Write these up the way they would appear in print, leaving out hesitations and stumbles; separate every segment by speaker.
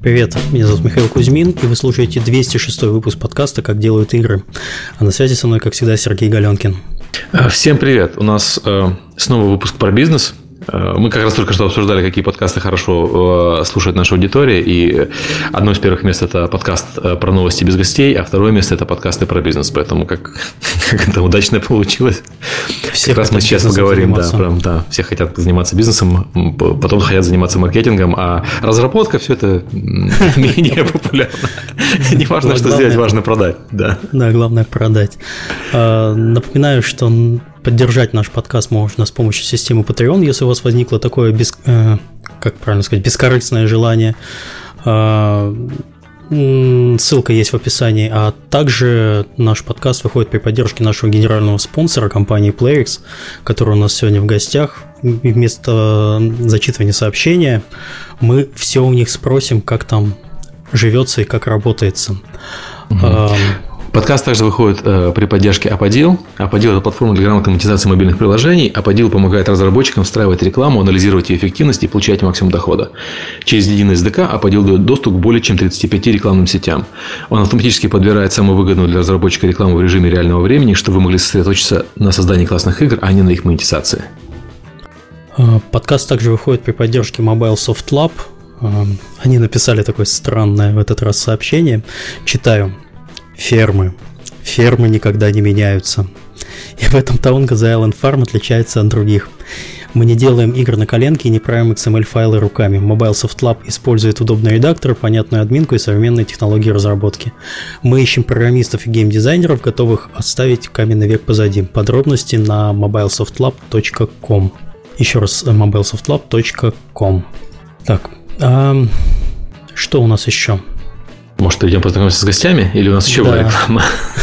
Speaker 1: Привет, меня зовут Михаил Кузьмин, и вы слушаете 206 выпуск подкаста «Как делают игры». А на связи со мной, как всегда, Сергей Галенкин.
Speaker 2: Всем привет! У нас снова выпуск про бизнес. Мы как раз только что обсуждали, какие подкасты хорошо слушает наша аудитория. И одно из первых мест – это подкаст про новости без гостей, а второе место – это подкасты про бизнес. Поэтому как это удачно получилось.
Speaker 1: Все
Speaker 2: как раз мы сейчас поговорим. Все хотят заниматься бизнесом, потом хотят заниматься маркетингом, а разработка – все это менее популярно. Не важно, что сделать, важно продать. Да,
Speaker 1: главное продать. Напоминаю, что поддержать наш подкаст можно с помощью системы Patreon, если у вас возникло такое, бескорыстное желание. Ссылка есть в описании. А также наш подкаст выходит при поддержке нашего генерального спонсора, компании PlayX, который у нас сегодня в гостях. И вместо зачитывания сообщения мы все у них спросим, как там живется и как работается.
Speaker 2: Подкаст также выходит при поддержке Apodil. Apodil – это платформа для грамотной монетизации мобильных приложений. Apodil помогает разработчикам встраивать рекламу, анализировать ее эффективность и получать максимум дохода. Через единый SDK Apodil дает доступ к более чем 35 рекламным сетям. Он автоматически подбирает самую выгодную для разработчика рекламу в режиме реального времени, чтобы вы могли сосредоточиться на создании классных игр, а не на их монетизации.
Speaker 1: Подкаст также выходит при поддержке Mobilesoft Lab. Они написали такое странное в этот раз сообщение. Читаю. Фермы никогда не меняются. И в этом Town the Island Farm отличается от других. Мы не делаем игр на коленке и не правим XML-файлы руками. Mobilesoft Lab использует удобный редактор, понятную админку и современные технологии разработки. Мы ищем программистов и геймдизайнеров, готовых оставить каменный век позади. Подробности на mobilesoftlab.com. Еще раз, mobilesoftlab.com. Так, что у нас еще?
Speaker 2: Может, идем познакомиться с гостями? Или у нас еще была реклама?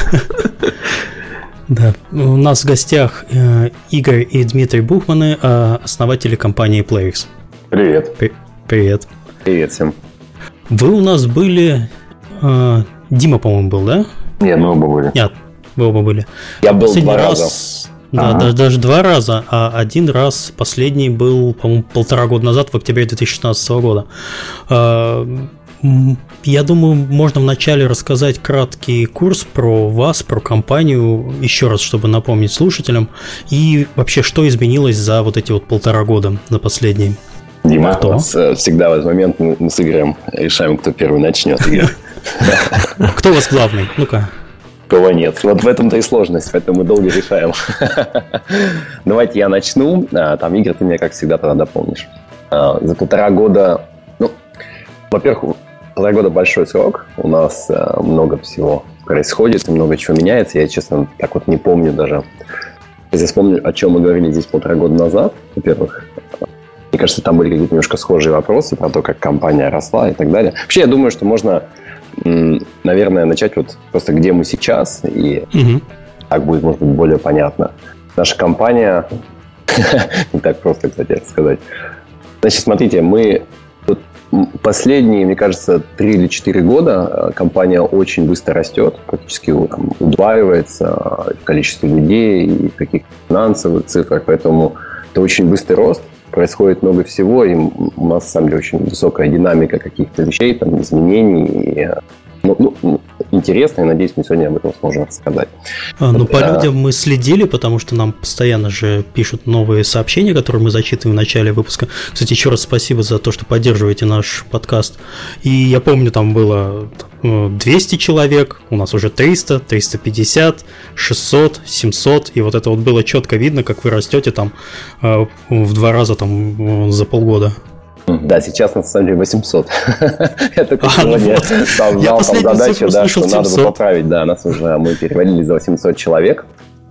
Speaker 1: Да, у нас в гостях Игорь и Дмитрий Бухманы, основатели компании PlayX.
Speaker 3: Привет.
Speaker 1: Привет.
Speaker 3: Привет всем.
Speaker 1: Вы у нас были... Дима, по-моему, был, да?
Speaker 3: Нет, мы оба были.
Speaker 1: Нет, вы оба были.
Speaker 3: Я был два раза.
Speaker 1: Да, даже 2 раза, а один раз, последний был, по-моему, 1,5 года назад, в октябре 2016 года. Я думаю, можно вначале рассказать краткий курс про вас, про компанию, еще раз, чтобы напомнить слушателям, и вообще, что изменилось за вот эти вот 1,5 года, за последние.
Speaker 3: Дима, всегда в этот момент мы с Игорем решаем, кто первый начнет.
Speaker 1: Кто у вас главный? Ну-ка.
Speaker 3: Кого нет. Вот в этом-то и сложность, поэтому мы долго решаем. Давайте я начну. Там, Игорь, ты меня, как всегда, тогда дополнишь. За 1,5 года... Во-первых, 1,5 года большой срок. У нас много всего происходит, много чего меняется. Я, честно, так вот не помню даже. Если вспомню, о чем мы говорили здесь 1,5 года назад, во-первых, мне кажется, там были какие-то немножко схожие вопросы про то, как компания росла и так далее. Вообще, я думаю, что можно, наверное, начать вот просто где мы сейчас, и так будет, может быть, более понятно. Наша компания... Не так просто, кстати, сказать. Значит, смотрите, мы... Последние, мне кажется, 3 или 4 года компания очень быстро растет, практически удваивается в количестве людей и в каких-то финансовых цифрах, поэтому это очень быстрый рост, происходит много всего, и у нас, на самом деле, очень высокая динамика каких-то вещей, там, изменений. Интересно, и надеюсь, мы сегодня об этом сможем рассказать.
Speaker 1: По людям мы следили, потому что нам постоянно же пишут новые сообщения, которые мы зачитываем в начале выпуска. Кстати, еще раз спасибо за то, что поддерживаете наш подкаст. И я помню, там было 200 человек, у нас уже 300, 350, 600, 700, и вот это вот было четко видно, как вы растете там в 2 раза там за полгода.
Speaker 3: Да, сейчас на самом деле 800. Я только сегодня знал задачу, что надо бы поправить. Да, мы перевалили за 800 человек.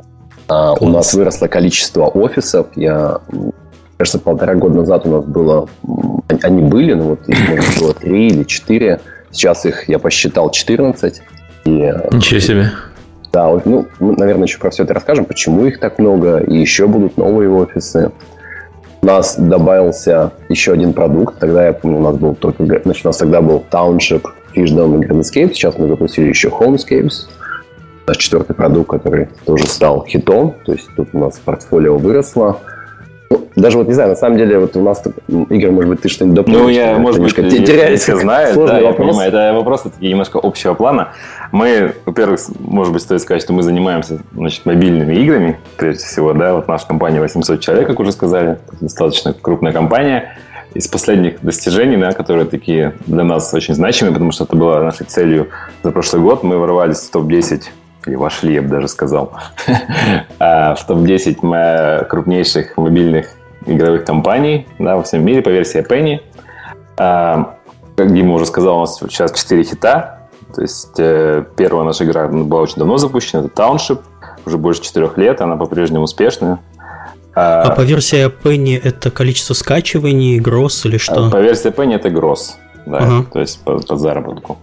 Speaker 3: У нас выросло количество офисов. Кажется, 1,5 года назад у нас было... Они были, но вот их, может, было 3 или 4. Сейчас их, я посчитал, 14.
Speaker 2: Ничего себе.
Speaker 3: Да, мы, наверное, еще про все это расскажем, почему их так много, и еще будут новые офисы. У нас добавился еще один продукт. Тогда, я помню, у нас был только... Значит, у нас тогда был Township, Fishdom и Grandscape. Сейчас мы запустили еще Homescapes. Наш 4-й продукт, который тоже стал хитом. То есть тут у нас портфолио выросло. даже вот не знаю, на самом деле, вот у нас, Игорь, может быть, ты что-нибудь дополнишь?
Speaker 4: Ну, я, может быть,
Speaker 3: теряюсь.
Speaker 4: Знаю, да, я понимаю, это вопросы такие немножко общего плана. Мы, во-первых, может быть, стоит сказать, что мы занимаемся, значит, мобильными играми, прежде всего, да, вот наша компания 800 человек, как уже сказали, достаточно крупная компания. Из последних достижений, да, которые такие для нас очень значимые, потому что это было нашей целью за прошлый год, мы ворвались в топ-10, или вошли, я бы даже сказал, в топ-10 крупнейших мобильных игровых компаний, да, во всем мире по версии Penny. Как Дима уже сказал, у нас сейчас 4 хита. То есть первая наша игра была очень давно запущена, это Township, уже больше 4 лет, она по-прежнему успешная.
Speaker 1: А по версии Penny это количество скачиваний, гросс или что?
Speaker 4: По версии Penny это гросс, да, то есть по заработку.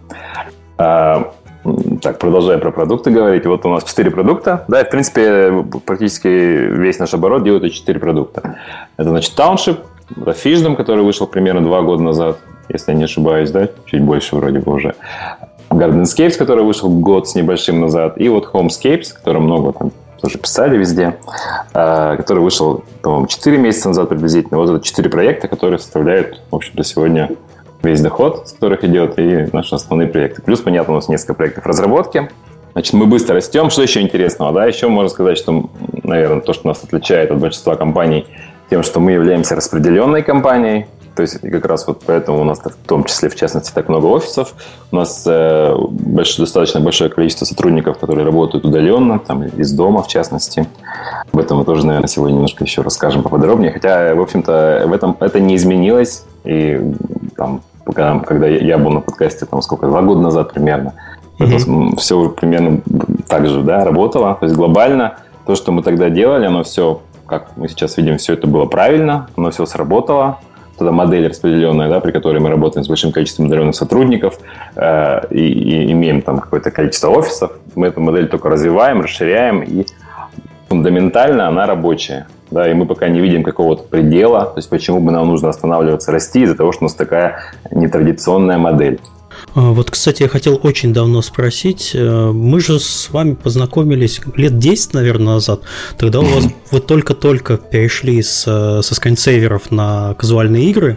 Speaker 4: Так, продолжая про продукты говорить, вот у нас 4 продукта, да, и в принципе практически весь наш оборот делают эти 4 продукта. Это, значит, Township, это Fishdom, который вышел примерно 2 года назад, если я не ошибаюсь, да, чуть больше вроде бы уже. Gardenscapes, который вышел год с небольшим назад, и вот Homescapes, который много там тоже писали везде, который вышел, по-моему, 4 месяца назад приблизительно. Вот это 4 проекта, которые составляют, в общем-то, сегодня весь доход, с которых идет, и наши основные проекты. Плюс, понятно, у нас несколько проектов разработки. Значит, мы быстро растем. Что еще интересного? Да? Еще можно сказать, что, наверное, то, что нас отличает от большинства компаний, тем, что мы являемся распределенной компанией. То есть как раз вот поэтому у нас в том числе, в частности, так много офисов. У нас достаточно большое количество сотрудников, которые работают удаленно, там, из дома, в частности. Об этом мы тоже, наверное, сегодня немножко еще расскажем поподробнее. Хотя, в общем-то, в этом это не изменилось. И там, когда я был на подкасте, там, 2 года назад примерно, это все примерно так же, да, работало. То есть глобально то, что мы тогда делали, оно все, как мы сейчас видим, все это было правильно, оно все сработало. Это модель распределенная, да, при которой мы работаем с большим количеством удаленных сотрудников и имеем там какое-то количество офисов. Мы эту модель только развиваем, расширяем, и фундаментально она рабочая. Да, и мы пока не видим какого-то предела, то есть почему бы нам нужно останавливаться, расти из-за того, что у нас такая нетрадиционная модель.
Speaker 1: Вот, кстати, я хотел очень давно спросить. Мы же с вами познакомились лет 10, наверное, назад. Тогда у вас вы только-только перешли со скринсейверов на казуальные игры.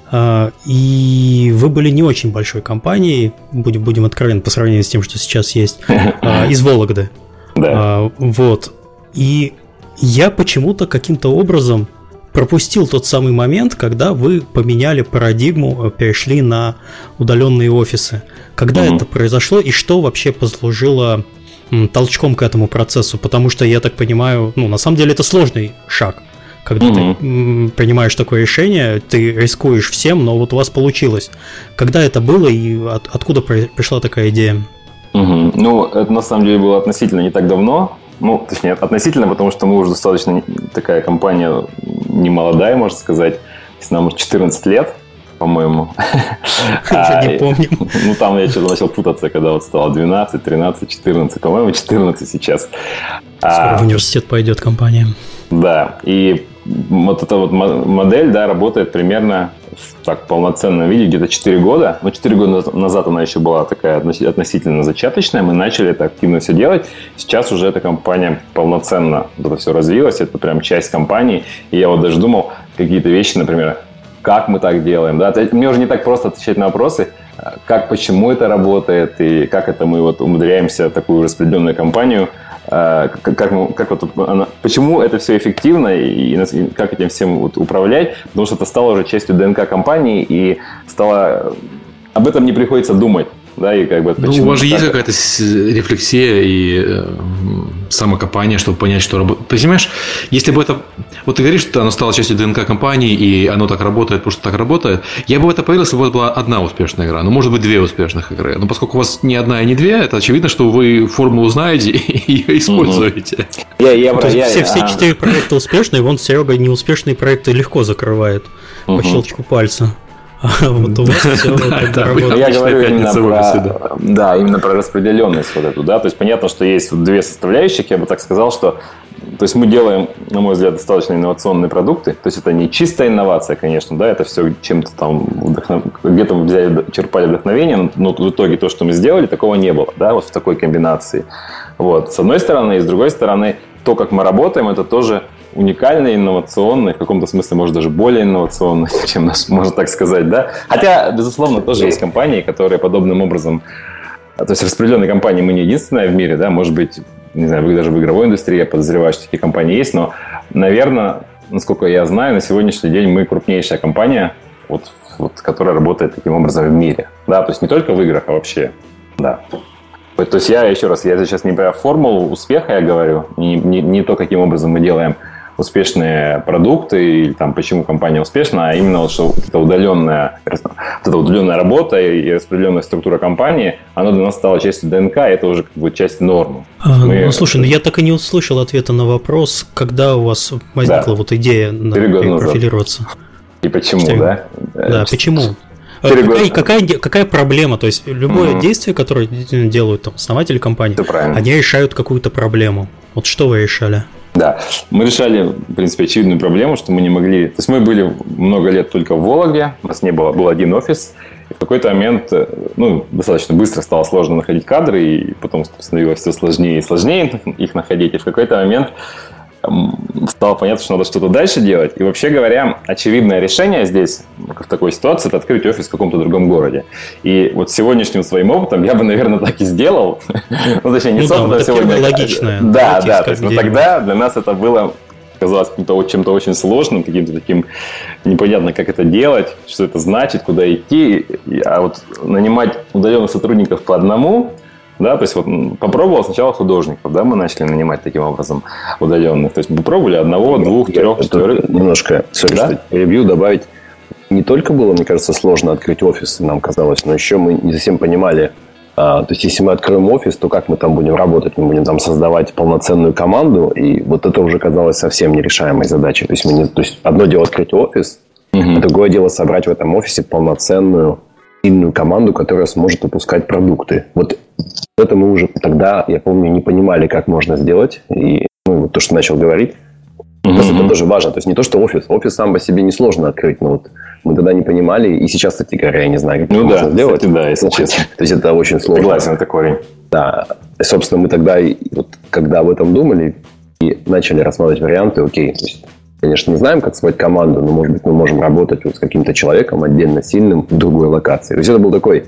Speaker 1: И вы были не очень большой компанией, будем откровенны, по сравнению с тем, что сейчас есть, из Вологды.
Speaker 4: Да.
Speaker 1: Вот. И я почему-то каким-то образом пропустил тот самый момент, когда вы поменяли парадигму, перешли на удаленные офисы. Когда это произошло и что вообще послужило толчком к этому процессу? Потому что, я так понимаю, на самом деле это сложный шаг. Когда ты принимаешь такое решение, ты рискуешь всем, но вот у вас получилось. Когда это было и откуда пришла такая идея?
Speaker 4: Ну, это на самом деле было относительно не так давно. Ну, точнее, относительно, потому что мы уже достаточно такая компания не молодая, можно сказать. Нам уже 14 лет, по-моему.
Speaker 1: Я не помню.
Speaker 4: Ну, там я что-то начал путаться, когда вот стало 12, 13, 14. По-моему, 14 сейчас.
Speaker 1: Скоро в университет пойдет компания.
Speaker 4: Да, и вот эта вот модель, да, работает примерно в так полноценном виде где-то 4 года. Но 4 года назад она еще была такая относительно зачаточная. Мы начали это активно все делать. Сейчас уже эта компания полноценно это все развилась. Это прям часть компании. И я вот даже думал какие-то вещи, например, как мы так делаем. Да? Мне уже не так просто отвечать на вопросы, как, почему это работает и как это мы вот умудряемся такую распределенную компанию. Почему это все эффективно и как этим всем вот управлять, потому что это стало уже частью ДНК компании и стало об этом не приходится думать. Да, и как бы,
Speaker 2: у вас же есть какая-то рефлексия и самокопание, чтобы понять, что работает. Ты понимаешь, если бы это... Вот ты говоришь, что оно стало частью ДНК компании, и оно так работает, потому что так работает. Я бы в это поверил, если бы у вас была одна успешная игра. Ну, может быть, 2 успешных игры. Но поскольку у вас не одна и не 2, это очевидно, что вы формулу знаете и ее используете.
Speaker 1: Все 4 проекта успешные, вон Серега неуспешные проекты легко закрывает по щелчку пальца. Вот у вас все работает.
Speaker 4: Я говорю именно про распределенность вот эту, да, то есть понятно, что есть 2 составляющих, я бы так сказал, что, то есть мы делаем, на мой взгляд, достаточно инновационные продукты, то есть это не чистая инновация, конечно, да, это все чем-то там где-то мы черпали вдохновение, но в итоге то, что мы сделали, такого не было, да, вот в такой комбинации. Вот, с одной стороны, и с другой стороны, то, как мы работаем, это тоже уникальный, инновационный, в каком-то смысле, может, даже более инновационный, чем наш, можно так сказать, да. Хотя, безусловно, тоже есть компании, которые подобным образом... То есть распределенные компании мы не единственная в мире, да, может быть, не знаю, даже в игровой индустрии я подозреваю, что такие компании есть, но, наверное, насколько я знаю, на сегодняшний день мы крупнейшая компания, вот, которая работает таким образом в мире, да, то есть не только в играх, а вообще, да. То есть я сейчас не про формулу успеха я говорю, не то, каким образом мы делаем успешные продукты или там, почему компания успешна, а именно вот, что вот эта удаленная работа и распределенная структура компании, она для нас стала частью ДНК, и это уже как бы часть нормы.
Speaker 1: Слушай, я так и не услышал ответа на вопрос, когда у вас возникла вот идея профилироваться.
Speaker 4: И почему, да?
Speaker 1: Да, почему? Какая проблема? То есть любое действие, которое делают там основатели компании, они решают какую-то проблему. Вот что вы решали?
Speaker 4: Да, мы решали, в принципе, очевидную проблему, что мы не могли... То есть мы были много лет только в Вологде, у нас был один офис, и в какой-то момент, достаточно быстро стало сложно находить кадры, и потом становилось все сложнее и сложнее их находить, и в какой-то момент стало понятно, что надо что-то дальше делать. И вообще говоря, очевидное решение здесь, в такой ситуации, это открыть офис в каком-то другом городе. И вот сегодняшним своим опытом я бы, наверное, так и сделал. Точнее, не собственно сегодня.
Speaker 1: Логичное.
Speaker 4: Да. То есть, тогда для нас это было, казалось, чем-то очень сложным, каким-то таким непонятно, как это делать, что это значит, куда идти. А вот нанимать удаленных сотрудников по одному... Да, то есть вот попробовал сначала художников, да, мы начали нанимать таким образом удаленных. То есть мы попробовали одного, двух, трех, четверых.
Speaker 3: Немножко, что перебью, добавить. Не только было, мне кажется, сложно открыть офис, нам казалось, но еще мы не совсем понимали, то есть если мы откроем офис, то как мы там будем работать? Мы будем там создавать полноценную команду, и вот это уже казалось совсем нерешаемой задачей. То есть одно дело открыть офис, а другое дело собрать в этом офисе полноценную сильную команду, которая сможет выпускать продукты. Вот это мы уже тогда, я помню, не понимали, как можно сделать. И вот то, что начал говорить, это тоже важно. То есть не то, что офис. Офис сам по себе несложно открыть, но вот мы тогда не понимали. И сейчас, кстати говоря, я не знаю, как это можно сделать.
Speaker 4: Кстати, да, если честно.
Speaker 3: То есть это очень сложно.
Speaker 4: Согласен, это корень.
Speaker 3: Да. И, собственно, мы тогда, вот, когда об этом думали и начали рассматривать варианты, окей, то есть, конечно, не знаем, как сводить команду, но, может быть, мы можем работать вот с каким-то человеком отдельно сильным в другой локации. То есть это был такой...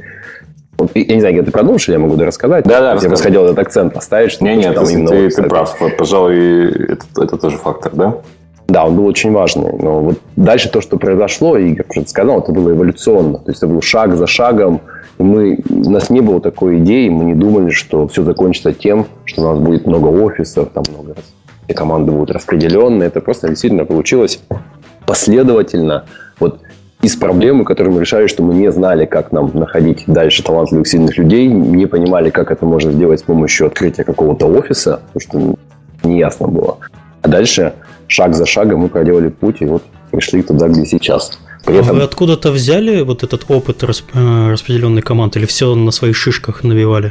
Speaker 3: Я не знаю, где ты продолжишь, я могу рассказать.
Speaker 4: Да,
Speaker 3: я бы хотел этот акцент поставить. Что
Speaker 4: нет, ты прав. Пожалуй, это тоже фактор, да?
Speaker 3: Да, он был очень важный. Но вот дальше то, что произошло, и, как уже сказал, это было эволюционно. То есть это был шаг за шагом. И у нас не было такой идеи, мы не думали, что все закончится тем, что у нас будет много офисов, там много и команды будут распределенные. Это просто действительно получилось последовательно. Вот из проблемы, которые мы решали, что мы не знали, как нам находить дальше талантливых, сильных людей, не понимали, как это можно сделать с помощью открытия какого-то офиса, потому что неясно было. А дальше, шаг за шагом, мы проделали путь и вот пришли туда, где сейчас.
Speaker 1: При этом... Вы откуда-то взяли вот этот опыт распределенной команды или все на своих шишках навевали?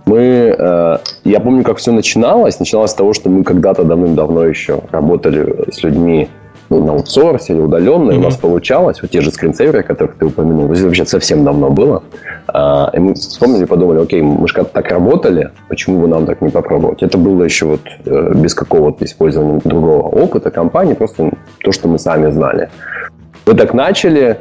Speaker 3: Я помню, как все начиналось. Начиналось с того, что мы когда-то давным-давно еще работали с людьми на аутсорсе или удаленно, и у нас получалось, вот те же скринсейверы, которых ты упомянул, это вообще совсем давно было, и мы вспомнили, подумали, окей, мы же как-то так работали, почему бы нам так не попробовать? Это было еще вот без какого-то использования другого опыта компании, просто то, что мы сами знали. Мы так начали,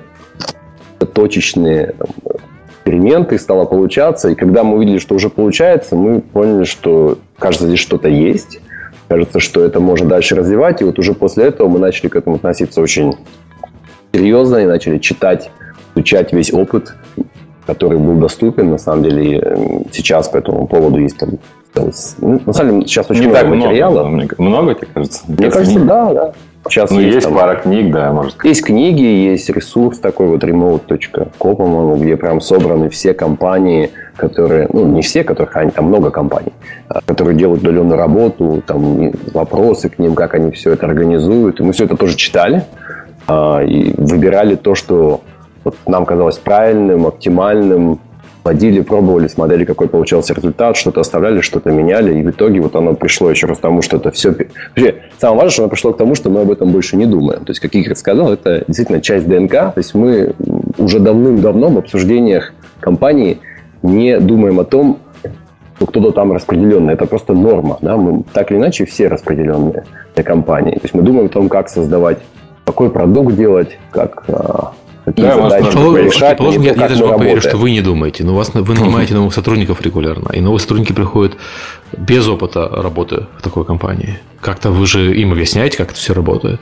Speaker 3: точечные эксперименты, стало получаться, и когда мы увидели, что уже получается, мы поняли, что, кажется, здесь что-то есть, кажется, что это можно дальше развивать. И вот уже после этого мы начали к этому относиться очень серьезно и начали читать, изучать весь опыт, который был доступен. На самом деле сейчас по этому поводу есть там... на самом деле сейчас очень много материала.
Speaker 4: Много, тебе кажется?
Speaker 3: Мне кажется, да.
Speaker 4: Сейчас есть там, пара книг, да, может сказать.
Speaker 3: Есть книги, есть ресурс такой вот remote.co, по-моему, где прям собраны все компании, которые, не все, которых там много компаний, которые делают удаленную работу, там вопросы к ним, как они все это организуют. И мы все это тоже читали и выбирали то, что вот нам казалось правильным, оптимальным. Вводили, пробовали, смотрели, какой получался результат, что-то оставляли, что-то меняли, и в итоге вот оно пришло еще раз к тому, что это все... Вообще, самое важное, что оно пришло к тому, что мы об этом больше не думаем. То есть, как Игорь сказал, это действительно часть ДНК. То есть, мы уже давным-давно в обсуждениях компании не думаем о том, что кто-то там распределенный. Это просто норма. Да? Мы так или иначе все распределенные для компании. То есть мы думаем о том, как создавать, какой продукт делать, как какие задачи решать.
Speaker 2: Положим, я даже поверю, что вы не думаете, но вы нанимаете новых сотрудников регулярно, и новые сотрудники приходят без опыта работы в такой компании. Как-то вы же им объясняете, как это все работает?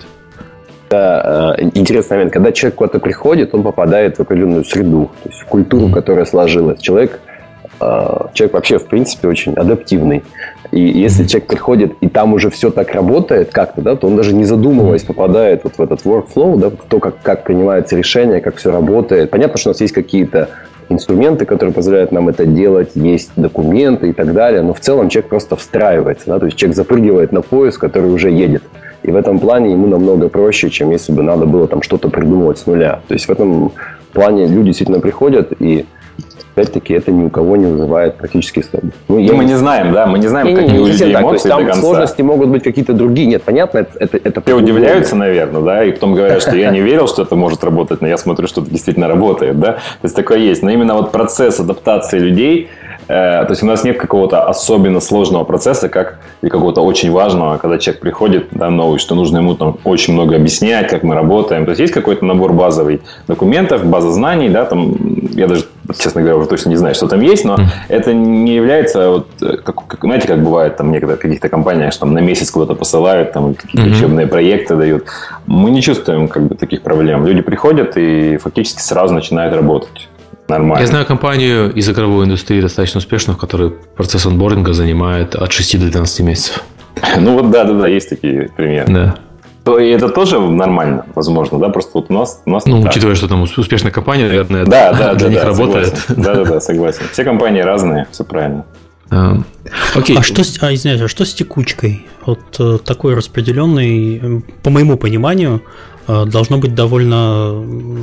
Speaker 3: Да, интересный момент. Когда человек куда-то приходит, он попадает в определенную среду, то есть в культуру, которая сложилась. Человек вообще, в принципе, очень адаптивный. И если человек приходит, и там уже все так работает как-то, да, то он даже не задумываясь попадает вот в этот workflow, да, в то, как принимаются решения, как все работает. Понятно, что у нас есть какие-то инструменты, которые позволяют нам это делать, есть документы и так далее, но в целом человек просто встраивается, да, то есть человек запрыгивает на поезд, который уже едет. И в этом плане ему намного проще, чем если бы надо было там что-то придумывать с нуля. То есть в этом плане люди действительно приходят, и опять-таки это ни у кого не вызывает практически сложности.
Speaker 4: Мы не знаем, да, какие у людей эмоции до конца.
Speaker 3: Сложности могут быть какие-то другие. Нет, понятно, это
Speaker 4: все удивляются, наверное, да, и потом говорят, что я не верил, что это может работать, но я смотрю, что это действительно работает, да. То есть такое есть. Но именно вот процесс адаптации людей, то есть у нас нет какого-то особенно сложного процесса, как и какого-то очень важного, когда человек приходит, да, новый, что нужно ему там очень много объяснять, как мы работаем. То есть есть какой-то набор базовых документов, база знаний, да, там, я даже, честно говоря, уже точно не знаю, что там есть, но это не является, вот, знаете, как бывает там в некоторых каких-то компаниях, что там на месяц куда-то посылают, там какие-то учебные проекты дают. Мы не чувствуем как бы таких проблем. Люди приходят и фактически сразу начинают работать. Нормально.
Speaker 2: Я знаю компанию из игровой индустрии достаточно успешную, в которой процесс онбординга занимает от 6 до 12 месяцев.
Speaker 4: Ну вот да, есть такие примеры.
Speaker 2: Да.
Speaker 4: То и это тоже нормально, возможно, да, просто вот у нас
Speaker 2: учитывая, что там успешная компания, наверное, для них работает.
Speaker 4: Да, согласен. Все компании разные, все правильно.
Speaker 1: Окей. Что с текучкой? Вот такой распределенный, по моему пониманию, должно быть довольно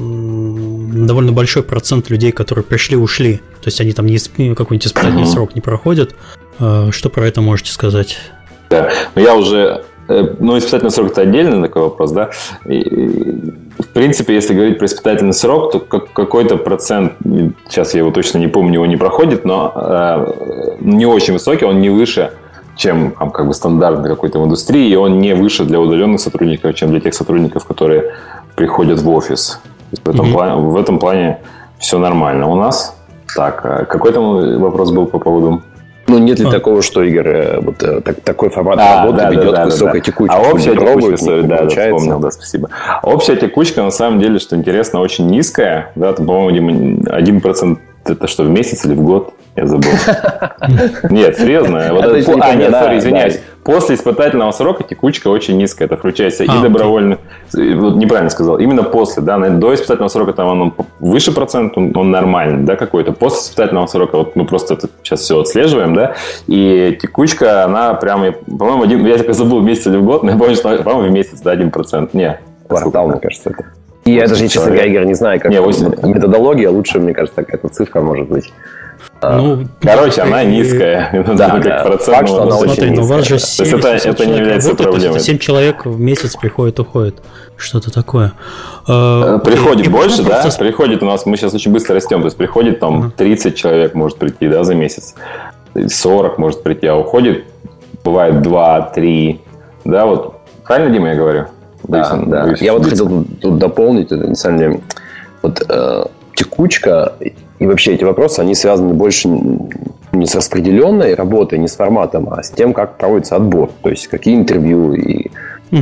Speaker 1: большой процент людей, которые пришли-ушли. То есть они там какой-нибудь испытательный срок не проходят. Что про это можете сказать?
Speaker 4: Да, но я уже... испытательный срок – это отдельный такой вопрос, да. И, в принципе, если говорить про испытательный срок, то какой-то процент, сейчас я его точно не помню, его не проходит, но не очень высокий, он не выше, чем как бы стандартный какой-то в индустрии, и он не выше для удаленных сотрудников, чем для тех сотрудников, которые приходят в офис. В этом плане все нормально. У нас так. Какой там вопрос был по поводу...
Speaker 3: нет ли такого, что, Игорь, такой формат работы ведет к высокой текучке?
Speaker 4: А общая текучка, вспомнил, спасибо. Общая текучка, на самом деле, что интересно, очень низкая. Да, по-моему, 1% это что, в месяц или в год? Я забыл. Нет, серьезно. Извиняюсь. После испытательного срока текучка очень низкая. Это включается и добровольно. Неправильно сказал. Именно после. Да, до испытательного срока там он выше процент, он нормальный, да, какой-то. После испытательного срока, вот мы просто это сейчас все отслеживаем, да, и текучка, она прямо, по-моему, я только забыл, в месяц или в год, но я помню, что, по-моему, в месяц, да, 1%. Не,
Speaker 3: квартал, мне кажется, это. И я даже, честно говоря, Игорь, не знаю, как методология, лучше, мне кажется, какая-то цифра может быть.
Speaker 4: Короче, она низкая.
Speaker 3: Факт, что она очень низкая.
Speaker 1: У вас же 7
Speaker 4: это не является проблемой.
Speaker 1: 7 человек в месяц приходит-уходит. Что-то такое.
Speaker 4: Приходит больше, да? Приходит у нас, мы сейчас очень быстро растем, то есть приходит там 30 человек может прийти, да, за месяц. 40 может прийти, а уходит, бывает 2-3. Да, вот. Правильно, Дима, я говорю?
Speaker 3: Да. Я вот хотел тут дополнить, на самом деле, вот текучка и вообще эти вопросы, они связаны больше не с распределенной работой, не с форматом, а с тем, как проводится отбор. То есть, какие интервью и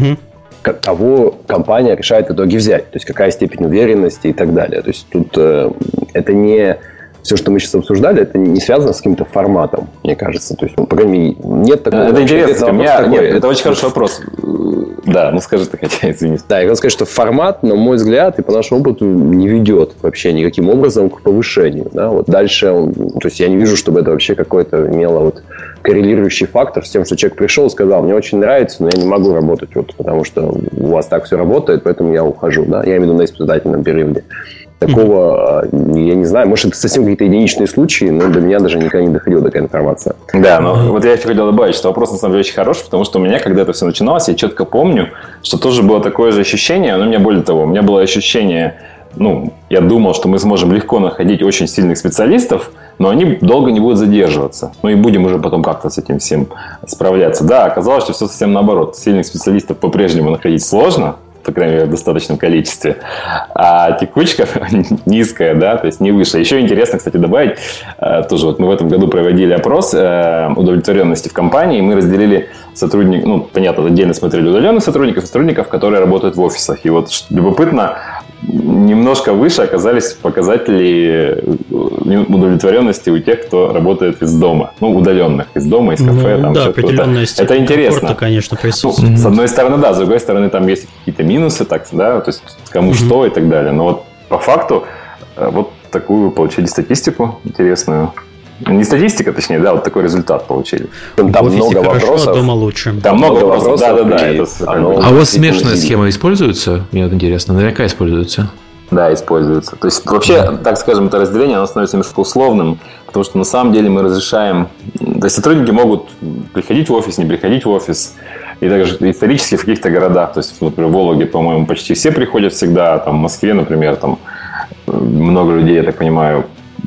Speaker 3: кого компания решает в итоге взять. То есть, какая степень уверенности и так далее. То есть, тут это не... Все, что мы сейчас обсуждали, это не связано с каким-то форматом, мне кажется. То есть, по крайней мере, нет такого...
Speaker 4: Это интересно. Это очень хороший вопрос. Да, скажи ты хотя, извини.
Speaker 3: Да, я хотел сказать, что формат, на мой взгляд, и по нашему опыту, не ведет вообще никаким образом к повышению. Да? Вот дальше, то есть я не вижу, чтобы это вообще какой-то имело вот коррелирующий фактор с тем, что человек пришел и сказал, мне очень нравится, но я не могу работать, вот, потому что у вас так все работает, поэтому я ухожу. Да? Я имею в виду на испытательном периоде. Такого, я не знаю, может, это совсем какие-то единичные случаи, но до меня даже никогда не доходила такая информация.
Speaker 4: Да, но вот я еще хотел добавить, что вопрос на самом деле очень хороший, потому что у меня, когда это все начиналось, я четко помню, что тоже было такое же ощущение, но у меня более того, у меня было ощущение я думал, что мы сможем легко находить очень сильных специалистов, но они долго не будут задерживаться. И будем уже потом как-то с этим всем справляться. Да, оказалось, что все совсем наоборот. Сильных специалистов по-прежнему находить сложно, по крайней мере, в достаточном количестве, а текучка низкая, да, то есть не выше. Еще интересно, кстати, добавить, тоже мы в этом году проводили опрос удовлетворенности в компании, мы разделили сотрудников, понятно, отдельно смотрели удаленных сотрудников и сотрудников, которые работают в офисах. И вот любопытно, немножко выше оказались показатели удовлетворенности у тех, кто работает из дома. Удаленных, из дома, из кафе. Там
Speaker 1: да, определенная степень
Speaker 4: это интересно.
Speaker 1: комфорта, конечно, присутствует.
Speaker 4: С одной стороны, да, с другой стороны, там есть какие-то минусы, так, да, то есть кому что и так далее. Но вот по факту вот такую получили статистику интересную. Не статистика, точнее, да, вот такой результат получили.
Speaker 3: Там много вопросов.
Speaker 1: Дома лучше.
Speaker 4: Там много вопросов, да.
Speaker 2: А у вас смешанная схема используется? Мне вот интересно, наверняка используется.
Speaker 4: Да, используется. То есть вообще, так скажем, это разделение, оно становится немножко условным, потому что на самом деле мы разрешаем... То есть сотрудники могут приходить в офис, не приходить в офис. И также исторически в каких-то городах, то есть, например, в Вологде, по-моему, почти все приходят всегда, там в Москве, например, там много людей, я так понимаю,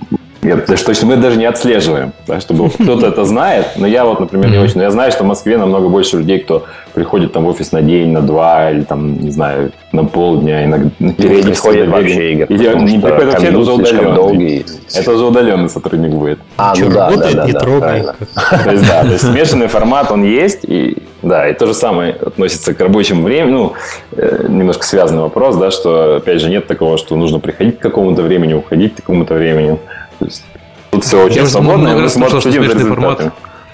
Speaker 4: мы даже не отслеживаем, да, чтобы кто-то это знает. Но я вот, например, не очень. Но я знаю, что в Москве намного больше людей, кто приходит там в офис на день, на два, или там, не знаю, на полдня. Иногда
Speaker 3: не приходит вообще, Игорь.
Speaker 4: Не приходит вообще, это уже удаленный. Это уже удаленный сотрудник будет.
Speaker 1: Работает, не трогает.
Speaker 4: То есть смешанный формат, он есть. И то же самое относится к рабочему времени. Немножко связанный вопрос, да, что, опять же, нет такого, что нужно приходить к какому-то времени, уходить к какому-то времени. То есть, тут все очень свободно, и мы смотрим за результатами.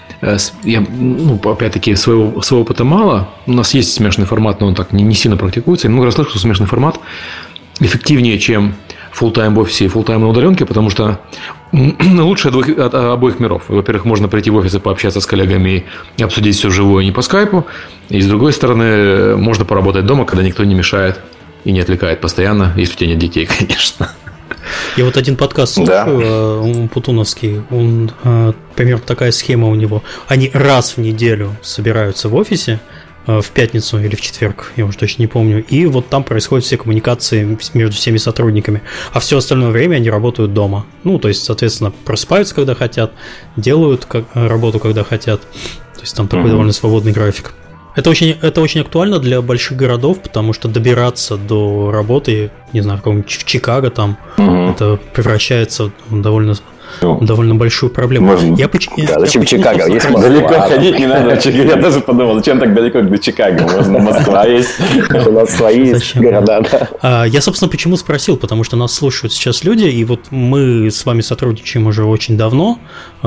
Speaker 2: Я, опять-таки, своего опыта мало. У нас есть смешанный формат, но он так не сильно практикуется. Я много раз слышал, что смешанный формат эффективнее, чем фулл-тайм в офисе и фулл-тайм на удаленке, потому что лучше от обоих миров. Во-первых, можно прийти в офис и пообщаться с коллегами и обсудить все живое, не по скайпу. И, с другой стороны, можно поработать дома, когда никто не мешает и не отвлекает постоянно, если у тебя нет детей, конечно.
Speaker 1: Я вот один подкаст слушаю, путуновский, примерно такая схема у него. Они раз в неделю собираются в офисе, в пятницу или в четверг, я уже точно не помню, и вот там происходят все коммуникации между всеми сотрудниками, а все остальное время они работают дома. То есть, соответственно, просыпаются, когда хотят, делают работу, когда хотят. То есть там такой довольно свободный график. Это очень актуально для больших городов, потому что добираться до работы, не знаю, в Чикаго там, это превращается в довольно большую проблему.
Speaker 3: Зачем Чикаго? Есть
Speaker 4: далеко ходить не надо. Я тоже подумал, зачем так далеко до Чикаго? Можно Москва есть.
Speaker 3: У нас свои города.
Speaker 1: Я, собственно, почему спросил, потому что нас слушают сейчас люди, и вот мы с вами сотрудничаем уже очень давно,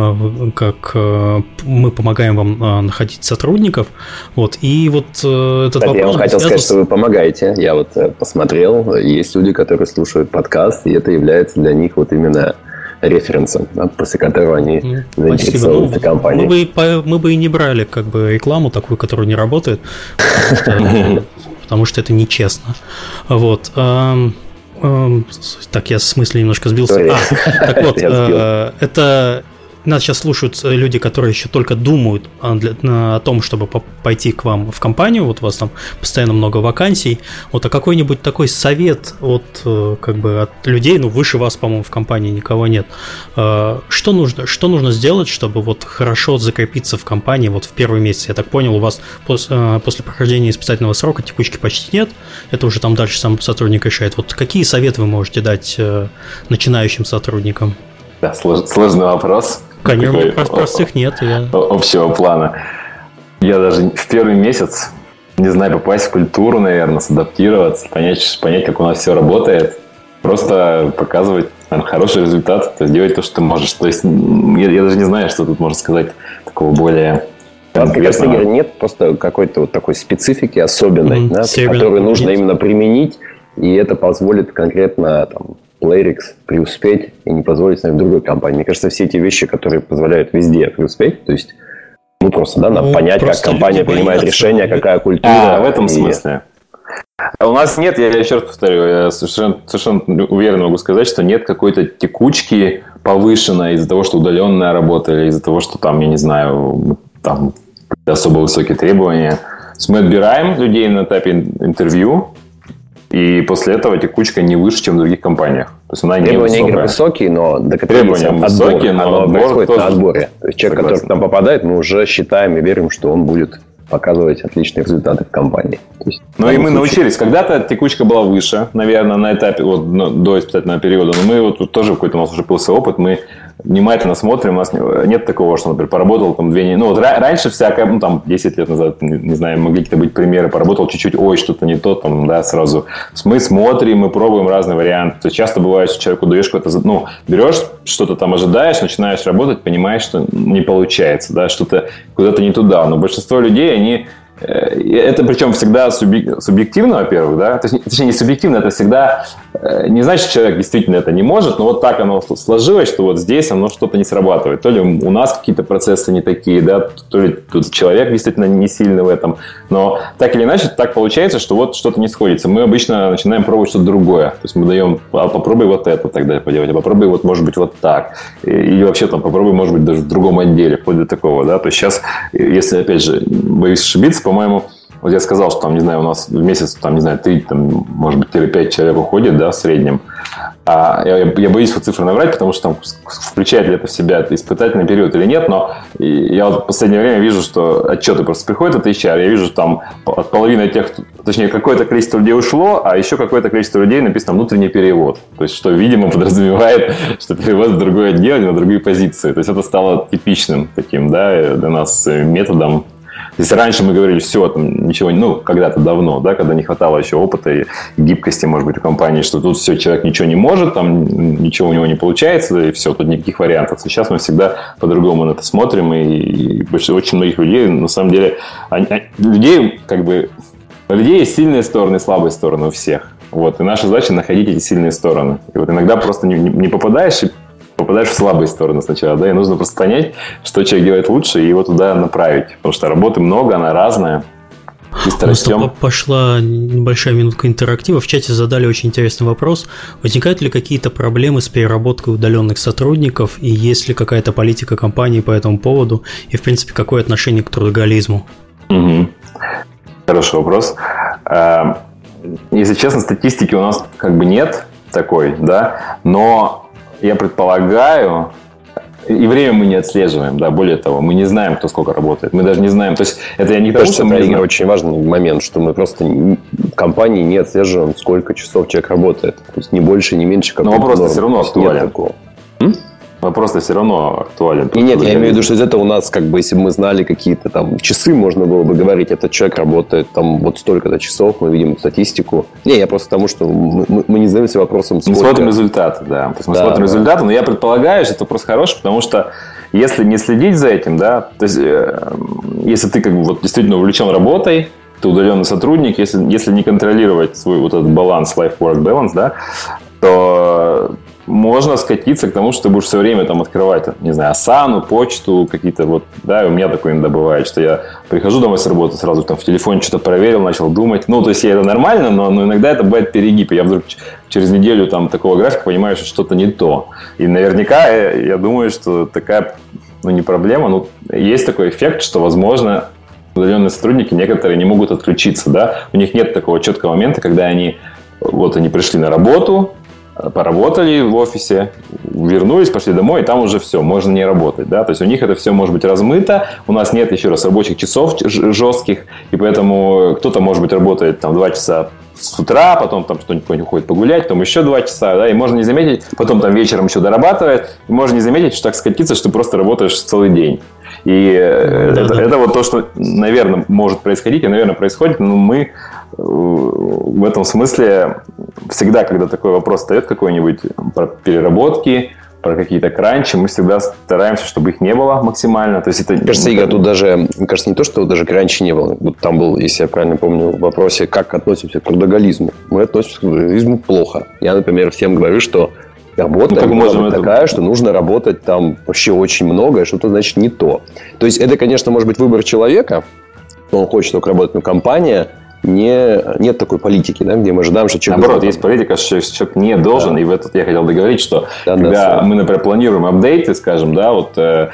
Speaker 1: как мы помогаем вам находить сотрудников. И вот этот вопрос...
Speaker 3: Я вам хотел сказать, что вы помогаете. Я вот посмотрел, есть люди, которые слушают подкаст, и это является для них вот именно референсом, после которого они заинтересованы компанией.
Speaker 1: Мы бы и не брали рекламу такую, которая не работает, потому что это нечестно. Вот. Так, я с мысли немножко сбился. Так вот, это... Нас сейчас слушают люди, которые еще только думают о том, чтобы пойти к вам в компанию. Вот у вас там постоянно много вакансий. А какой-нибудь такой совет от людей, выше вас, по-моему, в компании никого нет. Что нужно сделать, чтобы хорошо закрепиться в компании в первый месяц? Я так понял, у вас после прохождения испытательного срока текучки почти нет. Это уже там дальше сам сотрудник решает. Какие советы вы можете дать начинающим сотрудникам?
Speaker 4: Да, сложный вопрос.
Speaker 1: Конечно, простых нет.
Speaker 4: Общего плана. Я даже в первый месяц, не знаю, попасть в культуру, наверное, садаптироваться, понять, как у нас все работает. Просто показывать хороший результат, то есть делать то, что ты можешь. То есть я даже не знаю, что тут можно сказать такого более...
Speaker 3: Мне кажется, Игорь, нет просто какой-то такой специфики особенной, которую нужно именно применить, и это позволит конкретно Playrix преуспеть и не позволить, в другой компании. Мне кажется, все эти вещи, которые позволяют везде преуспеть, то есть, просто, надо понять, как компания принимает решения, какая культура.
Speaker 4: В этом смысле. У нас нет, я еще раз повторю, я совершенно уверенно могу сказать, что нет какой-то текучки повышенной из-за того, что удаленная работа, или из-за того, что я не знаю, особо высокие требования. То есть мы отбираем людей на этапе интервью, И после этого текучка не выше, чем в других компаниях. То есть она
Speaker 3: требования высокие, но до
Speaker 4: требования высокие, но
Speaker 3: отбор происходит на отборе. То есть человек, который к нам попадает, мы уже считаем и верим, что он будет показывать отличные результаты в компании.
Speaker 4: Ну и мы научились. Когда-то текучка была выше, наверное, на этапе до испытательного периода. Но мы вот тоже какой-то у нас уже появился опыт. Мы внимательно смотрим. У нас нет такого, что, например, поработал там 2 недели. Ну, вот раньше всякое, ну, там, 10 лет назад, не знаю, могли какие-то быть примеры. Поработал чуть-чуть, ой, что-то не то, там, да, сразу. Мы смотрим, мы пробуем разные варианты. То есть часто бывает, что человеку даешь какой-то, ну, берешь, что-то там ожидаешь, начинаешь работать, понимаешь, что не получается, да, что-то куда-то не туда. Но большинство людей, они... Это причем всегда субъективно, во-первых, да, точнее не субъективно, это всегда не значит, что человек действительно это не может, но вот так оно сложилось, что вот здесь оно что-то не срабатывает. То ли у нас какие-то процессы не такие, да, то ли тут человек действительно не сильный в этом, но так или иначе так получается, что вот что-то не сходится. Мы обычно начинаем пробовать что-то другое, то есть мы даем, попробуй вот это тогда поделать, а попробуй вот может быть вот так, или вообще там попробуй может быть даже в другом отделе, вплоть до такого, да, то есть сейчас, если опять же боюсь ошибиться, по-моему, вот я сказал, что там, не знаю, у нас в месяц, там, не знаю, 3, там, может быть, 5 человек уходит, да, в среднем. Я боюсь вот цифры наврать, потому что там включает ли это в себя испытательный период или нет, но я вот в последнее время вижу, что отчеты просто приходят от HR, я вижу, что там от половины тех, точнее, какое-то количество людей ушло, а еще какое-то количество людей написано внутренний перевод. То есть, что, видимо, подразумевает, что перевод в другое отдел или на другие позиции. То есть, это стало типичным таким, да, для нас методом. Если раньше мы говорили, все, там ничего, ну, когда-то давно, да, когда не хватало еще опыта и гибкости, может быть, у компании, что тут все, человек ничего не может, там ничего у него не получается, и все, тут никаких вариантов. Сейчас мы всегда по-другому на это смотрим, и очень многих людей, на самом деле, людей есть сильные стороны и слабые стороны у всех. Вот, и наша задача находить эти сильные стороны. И вот иногда просто не попадаешь в слабые стороны сначала, да, и нужно просто понять, что человек делает лучше, и его туда направить, потому что работы много, она разная.
Speaker 1: Пошла небольшая минутка интерактива. В чате задали очень интересный вопрос. Возникают ли какие-то проблемы с переработкой удаленных сотрудников, и есть ли какая-то политика компании по этому поводу, и, в принципе, какое отношение к трудоголизму?
Speaker 4: Угу. Хороший вопрос. Если честно, статистики у нас как бы нет такой, да, но я предполагаю, и время мы не отслеживаем, да, более того, мы не знаем, кто сколько работает, мы даже не знаем, то есть это я не потому, что
Speaker 3: это очень важный момент, что мы просто в компании не отслеживаем, сколько часов человек работает, то есть не больше, не меньше, как.
Speaker 4: Но вопрос все равно актуален. Вопрос-то все равно актуален.
Speaker 3: И нет, я имею в виду, что это у нас, как бы, если бы мы знали какие-то там часы, можно было бы говорить, этот человек работает там вот столько-то часов, мы видим статистику. Не, я просто к тому, что мы не задаемся вопросом, сколько.
Speaker 4: Мы смотрим результаты, да. То есть мы смотрим результаты, но я предполагаю, что это просто хороший, потому что если не следить за этим, да, то есть если ты как бы вот действительно увлечен работой, ты удаленный сотрудник, если не контролировать свой вот этот баланс, life-work balance, да, то можно скатиться к тому, что ты будешь все время там открывать, не знаю, Асану, почту, какие-то вот, да, у меня такое иногда бывает, что я прихожу домой с работы, сразу там в телефоне что-то проверил, начал думать, ну, то есть это нормально, но иногда это бывает перегиб, и я вдруг через неделю там такого графика понимаю, что что-то не то, и наверняка я думаю, что такая, ну, не проблема, но есть такой эффект, что, возможно, удаленные сотрудники некоторые не могут отключиться, да, у них нет такого четкого момента, когда они пришли на работу, поработали в офисе, вернулись, пошли домой, и там уже все, можно не работать, да, то есть у них это все может быть размыто, у нас нет еще раз рабочих часов жестких, и поэтому кто-то, может быть, работает там 2 часа с утра, потом там кто-нибудь уходит погулять, потом еще 2 часа, да, и можно не заметить, потом там вечером еще дорабатывает, и можно не заметить, что так скатиться, что ты просто работаешь целый день. И это вот то, что, наверное, может происходить, и, наверное, происходит, но мы в этом смысле всегда, когда такой вопрос встает какой-нибудь про переработки, про какие-то кранчи, мы всегда стараемся, чтобы их не было максимально. То есть это,
Speaker 3: кажется, Игорь, тут даже, мне кажется, не то, что даже кранчи не было. Вот там был, если я правильно помню, в вопросе, как относимся к трудоголизму. Мы относимся к трудоголизму плохо. Я, например, всем говорю, что работа такая, что нужно работать там вообще очень много, и что-то, значит, не то. То есть это, конечно, может быть выбор человека, он хочет только работать, но компания нет такой политики, да, где мы ожидаем, что человек...
Speaker 4: Наоборот, есть политика, что человек не должен, и в этот я хотел договорить, что когда мы, например, планируем апдейты, скажем, да, вот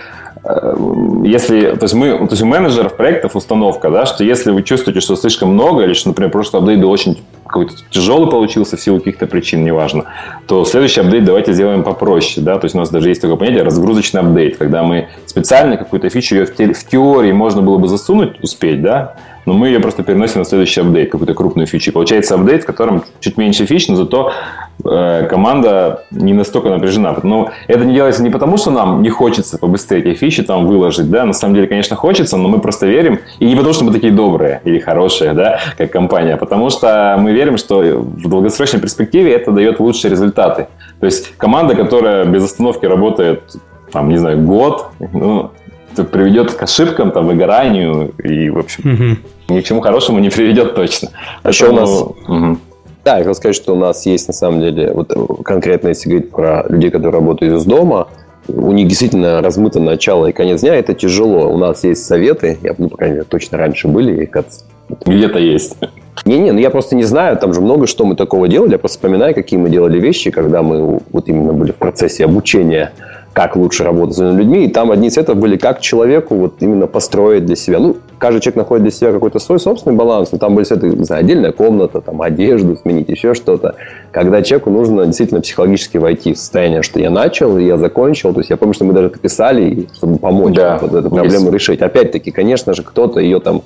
Speaker 4: если, то есть у менеджеров проектов установка, да, что если вы чувствуете, что слишком много, или что, например, прошлый апдейт был очень какой-то тяжелый получился в силу каких-то причин, неважно, то следующий апдейт давайте сделаем попроще, да, то есть у нас даже есть такое понятие разгрузочный апдейт, когда мы специально какую-то фичу, ее в теории можно было бы засунуть, успеть, да, но мы ее просто переносим на следующий апдейт, какую-то крупную фичу. И получается апдейт, в котором чуть меньше фич, но зато команда не настолько напряжена. Но это не делается не потому, что нам не хочется побыстрее эти фичи там выложить, да, на самом деле, конечно, хочется, но мы просто верим, и не потому, что мы такие добрые или хорошие, да, как компания, а потому что мы верим, что в долгосрочной перспективе это дает лучшие результаты. То есть команда, которая без остановки работает, там, не знаю, год, ну, это приведет к ошибкам, там, выгоранию и, в общем, ни к чему хорошему не приведет точно.
Speaker 3: А еще у нас... Да, я хотел сказать, что у нас есть, на самом деле, вот конкретно, если говорить про людей, которые работают из дома, у них действительно размыто начало и конец дня, это тяжело. У нас есть советы, по крайней мере, точно раньше были.
Speaker 4: Где-то есть.
Speaker 3: Ну я просто не знаю, там же много что мы такого делали. Я просто вспоминаю, какие мы делали вещи, когда мы вот именно были в процессе обучения, как лучше работать с людьми. И там одни из советов были, как человеку вот именно построить для себя. Ну, каждый человек находит для себя какой-то свой собственный баланс. Но там были советы, не знаю, отдельная комната, там, одежду сменить, еще что-то. Когда человеку нужно действительно психологически войти в состояние, что я начал, и я закончил. То есть я помню, что мы даже это писали, чтобы помочь вот эту проблему решить. Опять-таки, конечно же, кто-то ее там...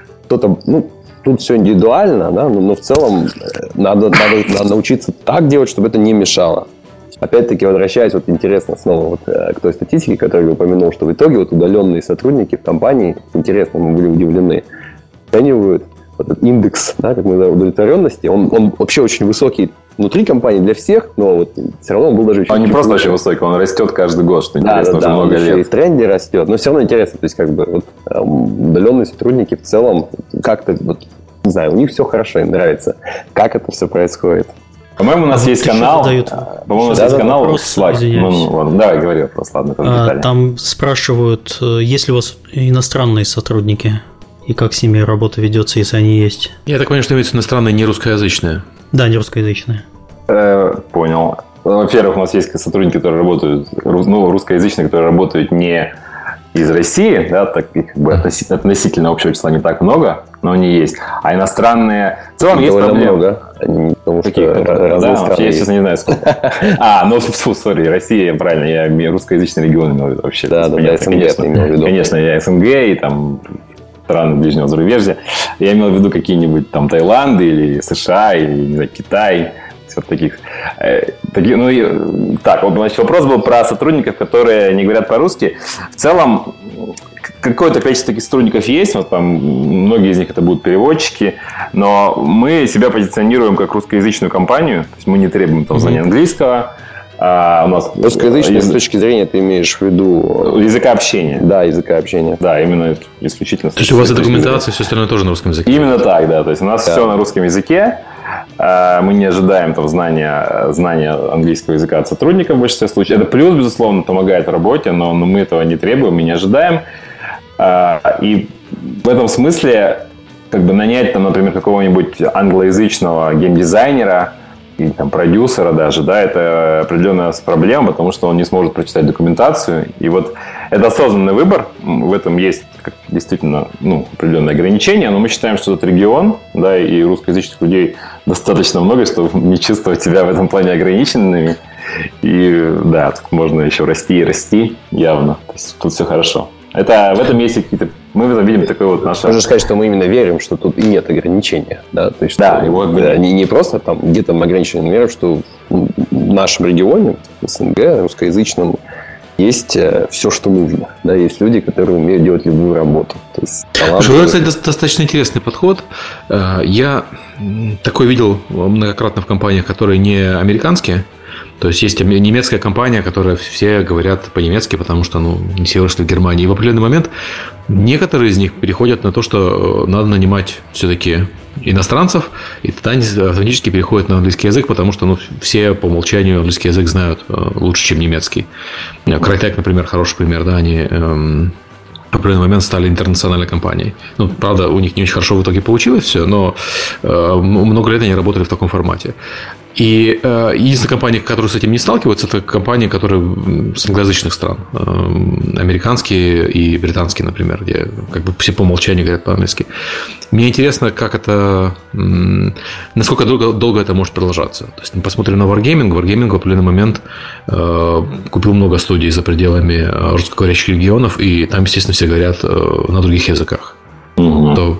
Speaker 3: Тут все индивидуально, да, но в целом надо научиться так делать, чтобы это не мешало. Опять-таки, возвращаясь, вот интересно снова вот к той статистике, которую я упомянул, что в итоге вот удаленные сотрудники в компании, интересно, мы были удивлены, оценивают вот этот индекс, да, как мы называем, удовлетворенности, он вообще очень высокий внутри компании для всех, но вот все равно он был даже...
Speaker 4: Он не просто очень высокий, он растет каждый год, что интересно, уже много лет.
Speaker 3: И в тренде растет, но все равно интересно, то есть как бы вот, удаленные сотрудники в целом как-то, вот, не знаю, у них все хорошо, им нравится, как это все происходит.
Speaker 4: По-моему, у нас есть канал. По-моему, у нас есть канал Slack. Давай, говори вопрос, ладно,
Speaker 1: там спрашивают, есть ли у вас иностранные сотрудники и как с ними работа ведется, если они есть.
Speaker 2: Я так понимаю, что имеется иностранные, не русскоязычные.
Speaker 1: Да, не русскоязычные.
Speaker 4: Понял. Во-первых, у нас есть сотрудники, которые работают, русскоязычные, которые работают не из России, да, так как бы относительно общего числа не так много, но они есть. А иностранные... В целом есть проблемы. Много.
Speaker 3: Потому
Speaker 4: что разные страны я, честно, не знаю, сколько. Сори, Россия, правильно, я русскоязычный регион имел в виду вообще.
Speaker 3: Да, СНГ.
Speaker 4: Конечно, я СНГ и там страны ближнего зарубежья. Я имел в виду какие-нибудь там Таиланд или США, или, не знаю, Китай. Вот таких. Значит, вопрос был про сотрудников, которые не говорят по-русски. В целом, какое-то количество таких сотрудников есть, вот там многие из них это будут переводчики, но мы себя позиционируем как русскоязычную компанию, то есть мы не требуем там знания английского. У нас
Speaker 3: русскоязычный с точки зрения ты имеешь в виду
Speaker 4: языка общения.
Speaker 3: Да, языка общения.
Speaker 4: Да, именно исключительно.
Speaker 2: То есть у вас и документация, все остальное тоже на русском языке?
Speaker 4: Именно так, да. То есть у нас все на русском языке. Мы не ожидаем там знания английского языка от сотрудников в большинстве случаев. Это плюс, безусловно, помогает в работе, но мы этого не требуем и не ожидаем. И в этом смысле как бы нанять там, например, какого-нибудь англоязычного геймдизайнера или там продюсера даже, да, это определенная проблема, потому что он не сможет прочитать документацию. И вот это осознанный выбор, в этом есть действительно определенные ограничения, но мы считаем, что этот регион, да, и русскоязычных людей достаточно много, чтобы не чувствовать себя в этом плане ограниченными. И да, тут можно еще расти и расти явно. То есть тут все хорошо. Это в этом есть какие-то... Мы в этом видим такой вот наш...
Speaker 3: Можно сказать, что мы именно верим, что тут и нет ограничения. Да, то есть,
Speaker 4: да,
Speaker 3: не просто там где-то ограничения, но верим, что в нашем регионе, в СНГ, русскоязычном, есть все, что нужно. Да, есть люди, которые умеют делать любую работу. То есть,
Speaker 2: это, кстати, достаточно интересный подход. Я такой видел многократно в компаниях, которые не американские. То есть есть немецкая компания, которая все говорят по-немецки, потому что не все выросли в Германии. И в определенный момент некоторые из них переходят на то, что надо нанимать все-таки иностранцев, и тогда они автоматически переходят на английский язык, потому что все по умолчанию английский язык знают лучше, чем немецкий. Crytek, например, хороший пример, да, они в определенный момент стали интернациональной компанией. Правда, у них не очень хорошо в итоге получилось все, но много лет они работали в таком формате. И единственная компания, которая с этим не сталкивается, это компании, которые с англоязычных стран. Американские и британские, например, где как бы все по умолчанию говорят по-английски. Мне интересно, как это, насколько долго это может продолжаться. То есть мы посмотрим на Wargaming. Wargaming в определенный момент купил много студий за пределами русскоговорящих регионов, и там, естественно, все говорят на других языках. То,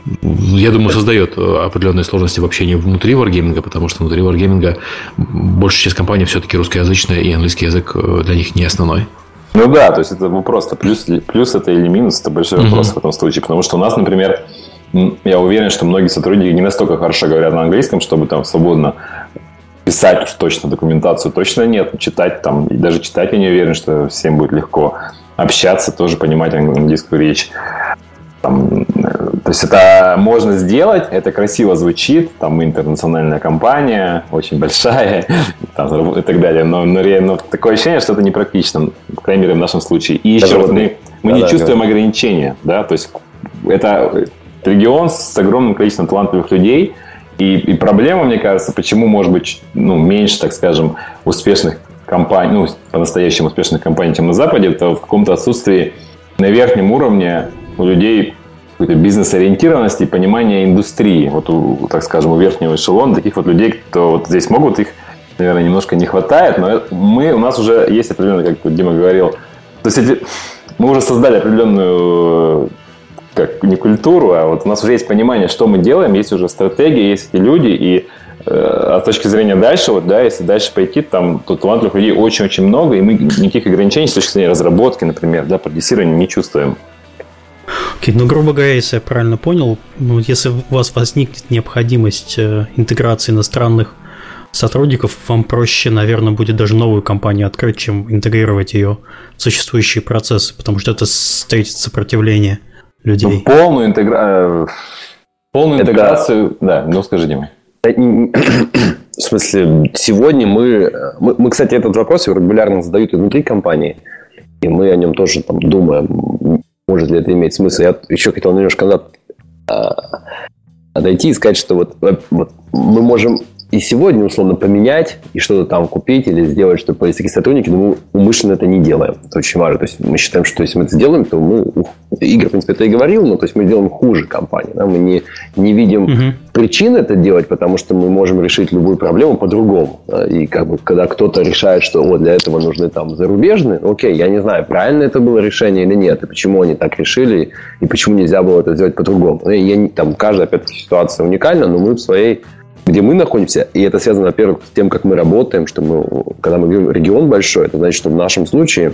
Speaker 2: я думаю, создает определенные сложности в общении внутри Wargaming, потому что внутри Wargaming большая часть компаний все-таки русскоязычная, и английский язык для них не основной.
Speaker 4: Ну да, то есть это вопрос, плюс это или минус, это большой вопрос в этом случае. Потому что у нас, например, я уверен, что многие сотрудники не настолько хорошо говорят на английском, чтобы там свободно писать уж точно документацию. Точно нет. Читать там, и даже читать я не уверен, что всем будет легко. Общаться, тоже понимать английскую речь. Там, то есть это можно сделать, это красиво звучит, там мы интернациональная компания, очень большая там, и так далее, но такое ощущение, что это непрактично, по крайней мере в нашем случае. И еще раз, мы не чувствуем ограничения, да, то есть это регион с огромным количеством талантливых людей, и проблема, мне кажется, почему может быть меньше, так скажем, успешных компаний, по-настоящему успешных компаний, чем на Западе, это в каком-то отсутствии на верхнем уровне у людей какой-то бизнес-ориентированности и понимания индустрии. Вот, так скажем, у верхнего эшелона таких вот людей, кто вот здесь могут, их, наверное, немножко не хватает, но у нас уже есть определенно, как вот Дима говорил, то есть мы уже создали определенную не культуру, а вот у нас уже есть понимание, что мы делаем, есть уже стратегия, есть эти люди, и с точки зрения дальше, вот, да, если дальше пойти, там тут талантливых людей очень-очень много, и мы никаких ограничений с точки зрения разработки, например, да, продюсирования не чувствуем.
Speaker 1: Окей, грубо говоря, если я правильно понял, если у вас возникнет необходимость интеграции иностранных сотрудников, вам проще, наверное, будет даже новую компанию открыть, чем интегрировать ее в существующие процессы, потому что это встретит сопротивление людей.
Speaker 4: Полную интеграцию, да, скажи, Дима.
Speaker 3: В смысле, сегодня мы, кстати, этот вопрос регулярно задают и внутри компании, и мы о нем тоже там думаем, может ли это иметь смысл. Я еще хотел немножко назад отойти и сказать, что вот мы можем и сегодня, условно, поменять и что-то там купить или сделать, чтобы появились такие сотрудники, но мы умышленно это не делаем. Это очень важно. То есть мы считаем, что если мы это сделаем, то Игорь, в принципе, это и говорил, но то есть мы делаем хуже компании. Да? Мы не видим причин это делать, потому что мы можем решить любую проблему по-другому. Да? И как бы, когда кто-то решает, что для этого нужны там зарубежные, окей, я не знаю, правильно это было решение или нет, и почему они так решили, и почему нельзя было это сделать по-другому. Там каждая, опять-таки, ситуация уникальна, но мы в своей, где мы находимся, и это связано, во-первых, с тем, как мы работаем, что когда мы говорим регион большой, это значит, что в нашем случае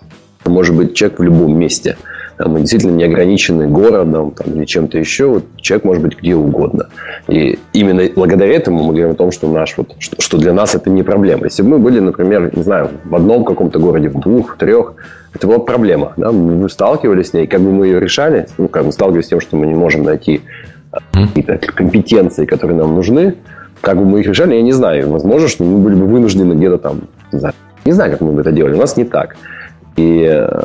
Speaker 3: может быть человек в любом месте. Мы действительно не ограничены городом там, или чем-то еще. Человек может быть где угодно. И именно благодаря этому мы говорим о том, что что для нас это не проблема. Если бы мы были, например, не знаю, в одном каком-то городе, в 2, 3, это была проблема. Да? Мы сталкивались с ней, как бы мы ее решали, как мы сталкивались с тем, что мы не можем найти какие-то компетенции, которые нам нужны, как бы мы их решали, я не знаю. Возможно, что мы были бы вынуждены где-то там, не знаю, как мы бы это делали. У нас не так. И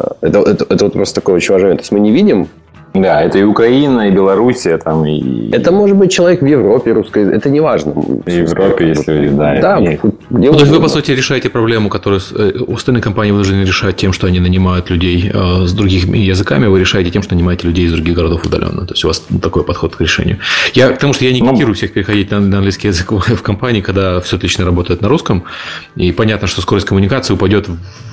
Speaker 3: это вот просто такой очень важный момент. То есть мы не видим.
Speaker 4: Да, это и Украина, и Белоруссия, там, и...
Speaker 3: Это может быть человек в Европе, русской, это не важно.
Speaker 4: В Европе, если...
Speaker 3: Да,
Speaker 2: то есть вы, по сути, решаете проблему, которую остальные компании вынуждены решать тем, что они нанимают людей с другими языками, вы решаете тем, что нанимаете людей из других городов удаленно. То есть у вас такой подход к решению. Потому что я не агитирую всех переходить на английский язык в компании, когда все отлично работает на русском, и понятно, что скорость коммуникации упадет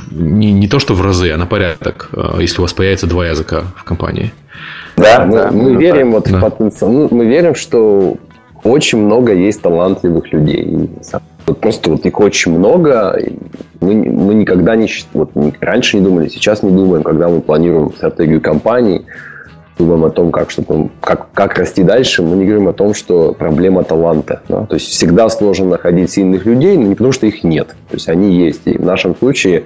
Speaker 2: не то, что в разы, а на порядок, если у вас появится 2 языка в компании.
Speaker 3: Да, мы верим в потенциал. Мы верим, что очень много есть талантливых людей. Просто их очень много. Мы никогда раньше не думали, сейчас не думаем, когда мы планируем стратегию компании, думаем о том, как расти дальше. Мы не говорим о том, что проблема таланта. Да? То есть всегда сложно находить сильных людей, но не потому, что их нет. То есть они есть. И в нашем случае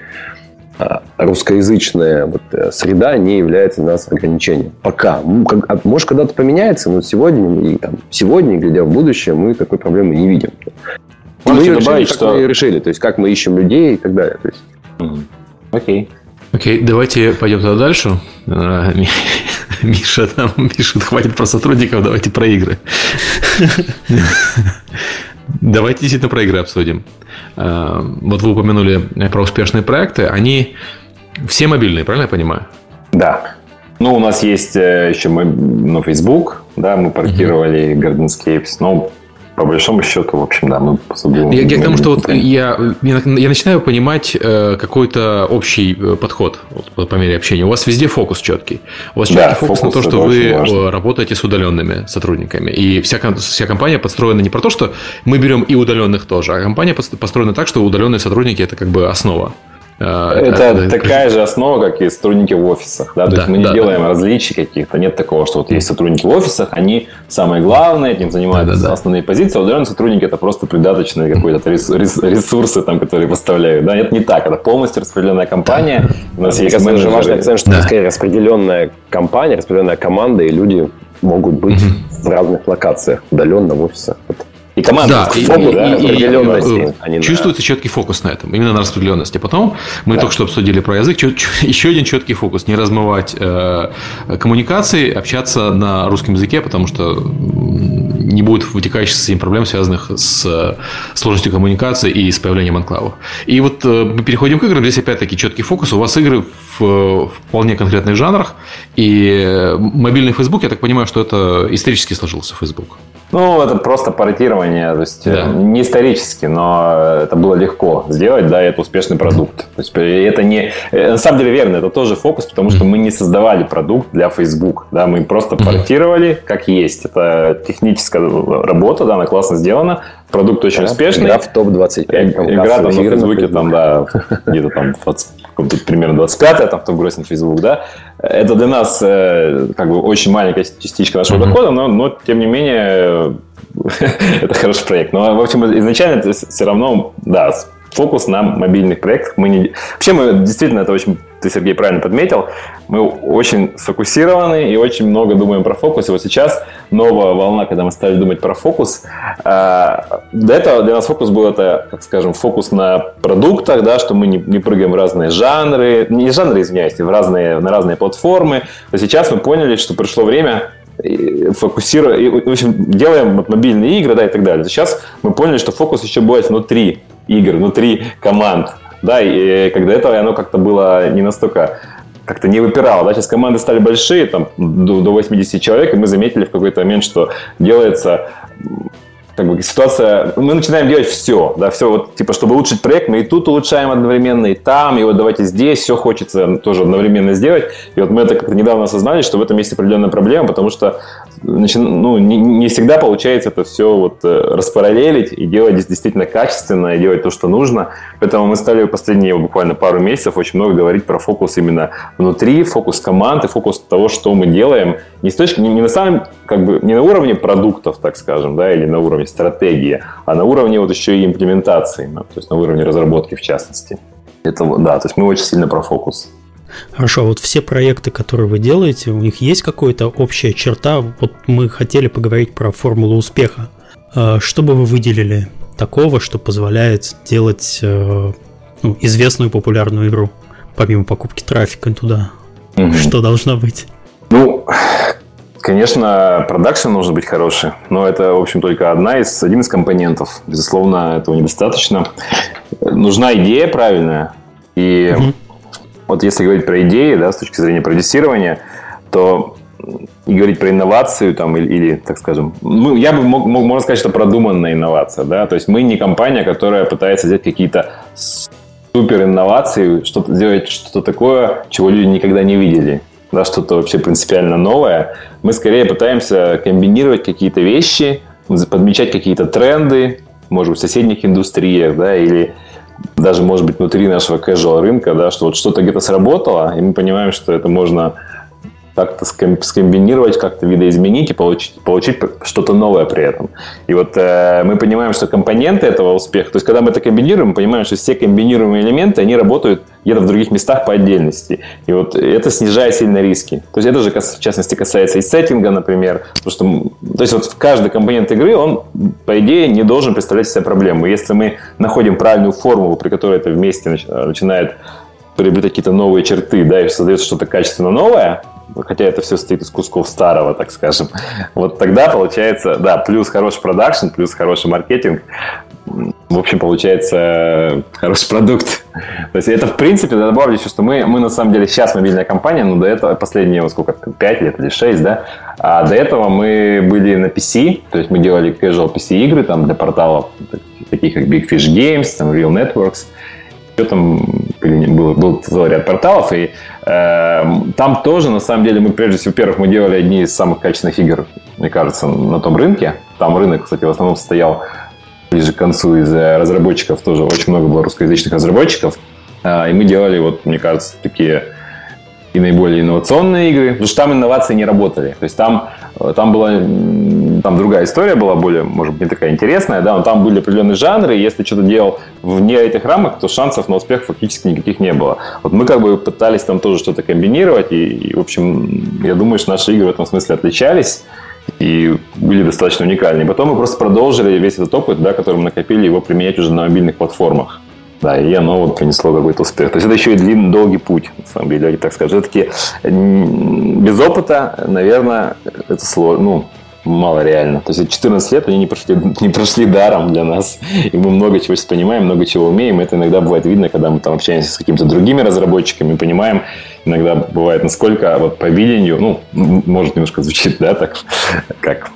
Speaker 3: русскоязычная среда не является для нас ограничением. Пока. Может, когда-то поменяется, но сегодня, глядя в будущее, мы такой проблемы не видим. Мы ее решили, то есть как мы ищем людей и так далее. То есть.
Speaker 2: Окей, давайте пойдем тогда дальше. Миша, хватит про сотрудников, давайте про игры. Давайте действительно про игры обсудим. Вот вы упомянули про успешные проекты. Они все мобильные, правильно я понимаю?
Speaker 4: Да. Ну, у нас есть еще Facebook, да, мы портировали Gardenscapes, но по большому счету, в общем, да, мы посудим.
Speaker 2: Я к тому, что вот я начинаю понимать какой-то общий подход вот, по мере общения. У вас везде фокус четкий. У вас четкий фокус на то, что вы работаете с удаленными сотрудниками. И вся компания подстроена не про то, что мы берем и удаленных тоже, а компания построена так, что удаленные сотрудники – это как бы основа.
Speaker 4: Это такая же основа, как и сотрудники в офисах. Да? То есть мы не делаем различий каких-то. Нет такого, что вот есть сотрудники в офисах, они самые главные, этим занимаются основные позиции, а удаленные сотрудники – это просто придаточные какие-то ресурсы, там, которые поставляют. Да? Это не так, это полностью распределенная компания. У нас есть
Speaker 3: менеджеры. Важный акцент, что это скорее распределенная компания, распределенная команда, и люди могут быть в разных локациях, удаленно в офисах.
Speaker 4: И команда
Speaker 2: распределенности. Чувствуется четкий фокус на этом, именно на распределенности. Потом мы только что обсудили про язык. Еще один четкий фокус: не размывать коммуникации, общаться на русском языке, потому что не будет вытекающих с этим проблем, связанных с сложностью коммуникации и с появлением анклавов. И вот мы переходим к играм. Здесь опять-таки четкий фокус. У вас игры в вполне конкретных жанрах. И мобильный Facebook, я так понимаю, что это исторически сложился Facebook.
Speaker 4: Ну, это просто портирование, то есть не исторически, но это было легко сделать, да, и это успешный продукт. То есть это не... На самом деле верно, это тоже фокус, потому что мы не создавали продукт для Facebook, да, мы просто портировали как есть. Это техническая работа, да, она классно сделана, продукт очень успешный.
Speaker 3: Игра в топ-25.
Speaker 4: Игра там на Фейсбуке, там, да, где-то там 20, примерно 25-я, там в топ-гроссинг Facebook, да. Это для нас как бы очень маленькая частичка нашего дохода, но тем не менее это хороший проект. Но, в общем, изначально это все равно, да, фокус на мобильных проектах. Вообще мы действительно, это очень, ты, Сергей, правильно подметил, мы очень сфокусированы и очень много думаем про фокус. И вот сейчас новая волна, когда мы стали думать про фокус. До этого для нас фокус был это, как скажем, фокус на продуктах, да, что мы не прыгаем в разные жанры, не жанры, извиняюсь, на разные платформы. Но сейчас мы поняли, что пришло время фокусируем, в общем, делаем мобильные игры, да, и так далее. Сейчас мы поняли, что фокус еще будет внутри игр, внутри команд, да, и когда этого оно как-то было не настолько, как-то не выпирало, да, сейчас команды стали большие, там, до 80 человек, и мы заметили в какой-то момент, что делается как бы ситуация, мы начинаем делать все, да, все вот, типа, чтобы улучшить проект, мы и тут улучшаем одновременно, и там, и вот давайте здесь, все хочется тоже одновременно сделать, и вот мы это как-то недавно осознали, что в этом есть определенная проблема, потому что, не всегда получается это все вот распараллелить и делать действительно качественно, и делать то, что нужно, поэтому мы стали в последние буквально пару месяцев очень много говорить про фокус именно внутри, фокус команд и фокус того, что мы делаем, не на самом, как бы, не на уровне продуктов, так скажем, да, или на уровне стратегии, а на уровне вот еще и имплементации, то есть на уровне разработки в частности. Это, да, то есть мы очень сильно про фокус.
Speaker 1: Хорошо, вот все проекты, которые вы делаете, у них есть какая-то общая черта? Вот мы хотели поговорить про формулу успеха. Что бы вы выделили такого, что позволяет делать известную популярную игру, помимо покупки трафика туда? Что должно быть?
Speaker 4: Конечно, продакшн должен быть хороший, но это, в общем, только один из компонентов. Безусловно, этого недостаточно. Нужна идея правильная. И вот если говорить про идеи, да, с точки зрения продюсирования, то и говорить про инновацию там, или так скажем, я бы можно сказать, что продуманная инновация. Да? То есть мы не компания, которая пытается сделать какие-то супер инновации, сделать что-то такое, чего люди никогда не видели. Да, что-то вообще принципиально новое. Мы скорее пытаемся комбинировать какие-то вещи, подмечать какие-то тренды, может быть, в соседних индустриях, да, или даже, может быть, внутри нашего casual рынка, да, что вот что-то где-то сработало, и мы понимаем, что это можно как-то скомбинировать, как-то видоизменить и получить что-то новое при этом. И вот мы понимаем, что компоненты этого успеха, то есть когда мы это комбинируем, мы понимаем, что все комбинируемые элементы, они работают где-то в других местах по отдельности. И вот это снижает сильно риски. То есть это же, в частности, касается и сеттинга, например. То есть вот каждый компонент игры, он, по идее, не должен представлять себе проблему. И если мы находим правильную формулу, при которой это вместе начинает приобретать какие-то новые черты, да, и создается что-то качественно новое, хотя это все состоит из кусков старого, так скажем. Вот тогда получается, да, плюс хороший продакшн, плюс хороший маркетинг, в общем, получается хороший продукт. То есть это, в принципе, добавлю еще, что мы на самом деле сейчас мобильная компания, но до этого последние, сколько, 5 лет или 6, да, а до этого мы были на PC, то есть мы делали casual PC-игры там для порталов, таких как Big Fish Games, там Real Networks, еще там был целый ряд порталов, и там тоже, на самом деле, мы прежде всего, во-первых, мы делали одни из самых качественных игр, мне кажется, на том рынке. Там рынок, кстати, в основном состоял ближе к концу из разработчиков, тоже очень много было русскоязычных разработчиков, и мы делали, вот, мне кажется, такие и наиболее инновационные игры, потому что там инновации не работали. То есть там другая история была, более, может быть, не такая интересная, да, но там были определенные жанры, и если что-то делал вне этих рамок, то шансов на успех фактически никаких не было. Вот мы как бы пытались там тоже что-то комбинировать, и в общем, я думаю, что наши игры в этом смысле отличались и были достаточно уникальны. И потом мы просто продолжили весь этот опыт, да, который мы накопили, его применять уже на мобильных платформах. Да, и оно вот принесло какой-то успех. То есть это еще и длинный, долгий путь, на самом деле, так скажем. Все-таки без опыта, наверное, это сложно, мало реально. То есть 14 лет они не прошли даром для нас. И мы много чего сейчас понимаем, много чего умеем. Это иногда бывает видно, когда мы там общаемся с какими-то другими разработчиками, понимаем, иногда бывает, насколько вот по видению, может немножко звучит, да, так, как...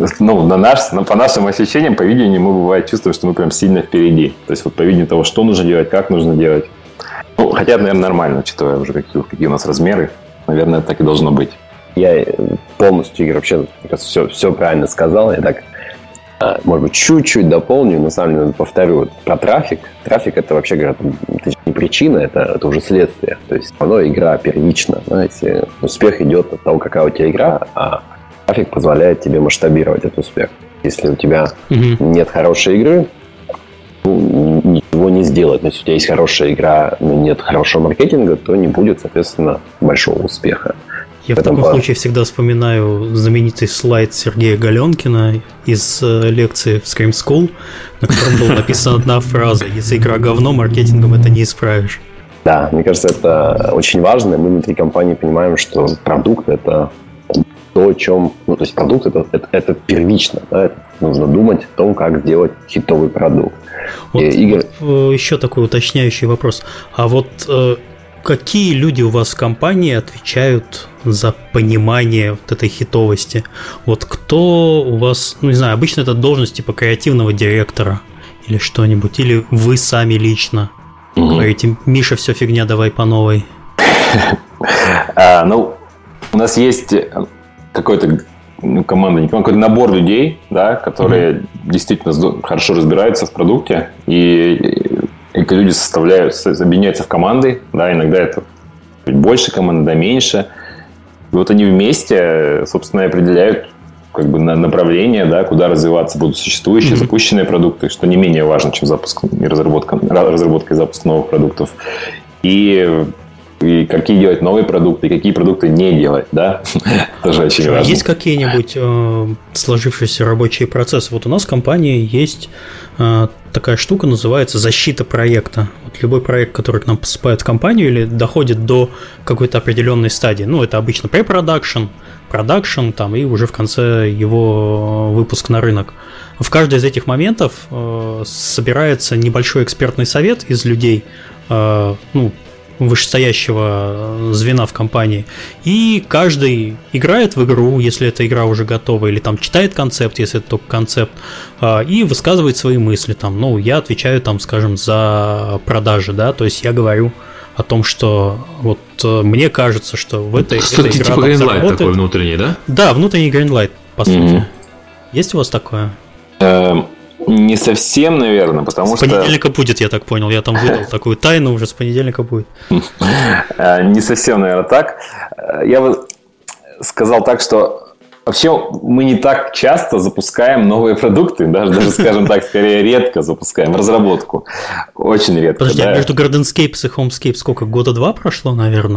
Speaker 4: по нашим ощущениям, по видению мы бывает чувствуем, что мы прям сильно впереди. То есть вот по видению того, что нужно делать, как нужно делать. Хотя, наверное, нормально, учитывая уже какие у нас размеры. Наверное, так и должно быть.
Speaker 3: Я полностью, Игорь, вообще все правильно сказал. Я так, может быть, чуть-чуть дополню. На самом деле, повторю про трафик. Трафик – это, вообще говоря, это не причина, это уже следствие. То есть оно игра первична. Знаете, успех идет от того, какая у тебя игра, а трафик позволяет тебе масштабировать этот успех. Если у тебя нет хорошей игры, ничего не сделать. Но если у тебя есть хорошая игра, но нет хорошего маркетинга, то не будет, соответственно, большого успеха.
Speaker 1: Я в таком случае всегда вспоминаю знаменитый слайд Сергея Галенкина из лекции в Scream School, на котором была написана одна фраза: «Если игра говно, маркетингом это не исправишь».
Speaker 3: Да, мне кажется, это очень важно. Мы внутри компании понимаем, что продукт – это то, о чем... то есть продукт это первично. Да? Это нужно думать о том, как сделать хитовый продукт.
Speaker 1: Вот еще такой уточняющий вопрос. А вот какие люди у вас в компании отвечают за понимание вот этой хитовости? Вот кто у вас... не знаю, обычно это должность типа креативного директора или что-нибудь. Или вы сами лично говорите: Миша, все фигня, давай по новой.
Speaker 4: У нас есть какой-то какой-то набор людей, да, которые действительно хорошо разбираются в продукте, и эти люди объединяются в команды, да, иногда это больше команды, да, меньше. И вот они вместе, собственно, и определяют как бы направление, да, куда развиваться будут существующие, запущенные продукты, что не менее важно, чем запуск и разработка и запуск новых продуктов. И какие делать новые продукты, и какие продукты не делать, да, тоже очень важно.
Speaker 1: Есть какие-нибудь сложившиеся рабочие процессы? Вот у нас в компании есть такая штука, называется защита проекта. Вот любой проект, который к нам поступает в компанию или доходит до какой-то определенной стадии, это обычно pre-production, продакшн, там, и уже в конце его выпуск на рынок. В каждый из этих моментов собирается небольшой экспертный совет из людей, вышестоящего звена в компании, и каждый играет в игру, если эта игра уже готова, или там читает концепт, если это только концепт, и высказывает свои мысли. Там, я отвечаю, там, скажем, за продажи, да, то есть я говорю о том, что вот мне кажется, что в этой игре
Speaker 2: типа Greenlight такой внутренний, да?
Speaker 1: Да, внутренний Greenlight, по сути. Есть у вас такое?
Speaker 4: Не совсем, наверное, потому что...
Speaker 1: С понедельника будет, я так понял. Я там выдал такую тайну, уже с понедельника будет.
Speaker 4: Не совсем, наверное, так. Я бы сказал так, что вообще мы не так часто запускаем новые продукты, даже скажем так, скорее редко запускаем разработку. Очень редко.
Speaker 1: Подожди, а между Gardenscapes и Homescapes сколько? 2 года прошло, наверное?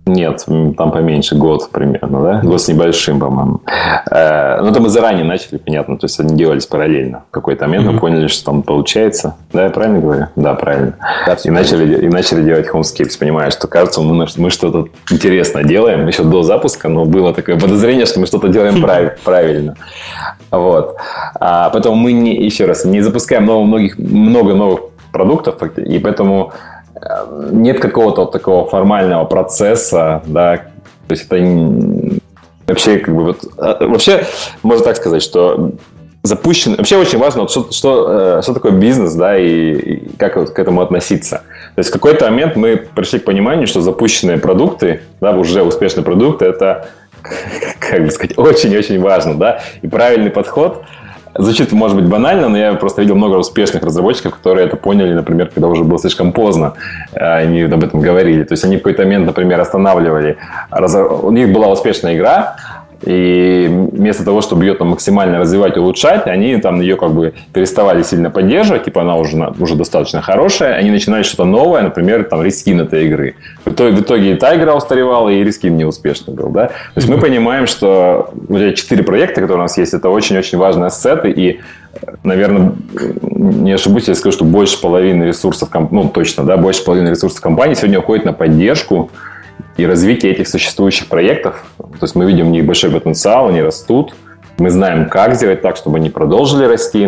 Speaker 4: Нет, там поменьше, год примерно, да? Год с небольшим, по-моему. Но это мы заранее начали, понятно, то есть они делались параллельно. В какой-то момент мы поняли, что там получается. Да, я правильно говорю? Да, правильно. Да, и начали делать Homescapes, понимаешь, что кажется, мы что-то интересное делаем еще до запуска, но было такое подозрение, что мы что-то делаем правильно. Вот. Поэтому мы, еще раз, не запускаем много новых продуктов, и поэтому нет какого-то вот такого формального процесса, да, то есть это вообще как бы вообще можно так сказать, что запущен, вообще очень важно, вот что такое бизнес, да, и как вот к этому относиться. То есть в какой-то момент мы пришли к пониманию, что запущенные продукты, да, уже успешные продукты, это, как бы сказать, очень-очень важно, да, и правильный подход. Звучит, может быть, банально, но я просто видел много успешных разработчиков, которые это поняли, например, когда уже было слишком поздно, они об этом говорили. То есть они в какой-то момент, например, останавливали. У них была успешная игра, и вместо того, чтобы ее там максимально развивать и улучшать, они там ее как бы переставали сильно поддерживать, типа она уже достаточно хорошая, они начинали что-то новое, например, там рескин этой игры. В итоге и та игра устаревала, и рескин неуспешный был, да. То есть мы понимаем, что вот эти 4 проекта, которые у нас есть, это очень-очень важные ассеты, и, наверное, не ошибусь, я скажу, что больше половины ресурсов, точно, да, больше половины ресурсов компании сегодня уходит на поддержку и развитие этих существующих проектов. То есть мы видим в них большой потенциал, они растут. Мы знаем, как сделать так, чтобы они продолжили расти.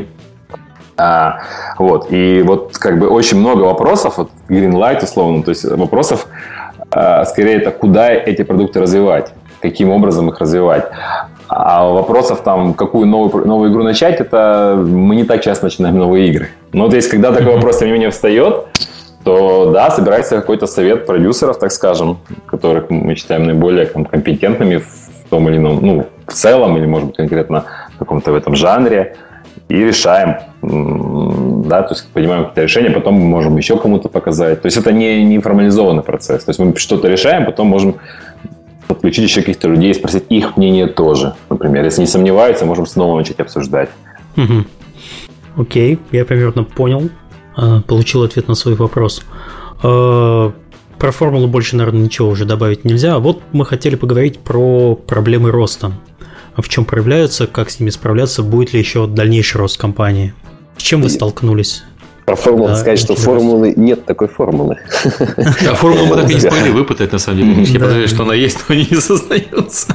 Speaker 4: И вот как бы очень много вопросов, вот Greenlight условно, то есть вопросов скорее это куда эти продукты развивать, каким образом их развивать. А вопросов там, какую новую игру начать, это мы не так часто начинаем новые игры. Но вот если когда такой вопрос тем не менее встает, то да, собирается какой-то совет продюсеров, так скажем, которых мы считаем наиболее компетентными в том или ином, в целом, или, может быть, конкретно в каком-то в этом жанре, и решаем, да, то есть принимаем какие-то решения, потом мы можем еще кому-то показать. То есть это не формализованный процесс. То есть мы что-то решаем, потом можем подключить еще каких-то людей и спросить их мнение тоже. Например, если не сомневаются, можем снова начать обсуждать.
Speaker 1: Окей, я примерно понял. Получил ответ на свой вопрос. Про формулу больше, наверное, ничего уже добавить нельзя. Вот мы хотели поговорить про проблемы роста. В чем проявляются, как с ними справляться, будет ли еще дальнейший рост компании? С чем вы столкнулись?
Speaker 3: Про формулу сказать, что формулы нет такой формулы.
Speaker 2: А формулу мы так и не смогли выпытать, на самом деле. Я подозреваю, что она есть, но они не создаются.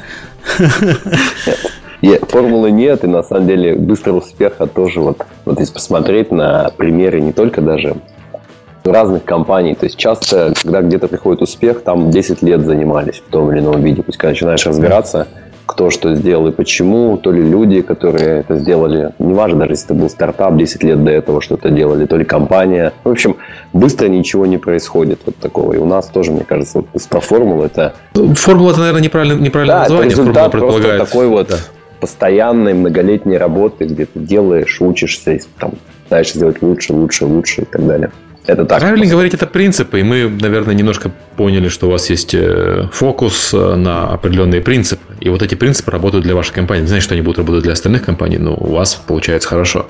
Speaker 3: Формулы нет, и на самом деле быстрого успеха тоже вот если посмотреть на примеры не только даже разных компаний, то есть часто, когда где-то приходит успех, там 10 лет занимались в том или ином виде, то есть когда начинаешь разбираться, кто что сделал и почему, то ли люди, которые это сделали, неважно, даже если это был стартап, 10 лет до этого что-то делали, то ли компания, в общем, быстро ничего не происходит вот такого, и у нас тоже, мне кажется, вот про формулу это...
Speaker 2: Формула это, наверное, неправильное название,
Speaker 3: это результат просто такой вот... постоянной многолетней работы, где ты делаешь, учишься, там, пытаешься сделать лучше и так далее. Это так.
Speaker 2: Правильно говорить, это принципы, и мы, наверное, немножко поняли, что у вас есть фокус на определенные принципы, и вот эти принципы работают для вашей компании. Не знаю, что они будут работать для остальных компаний, но у вас получается хорошо.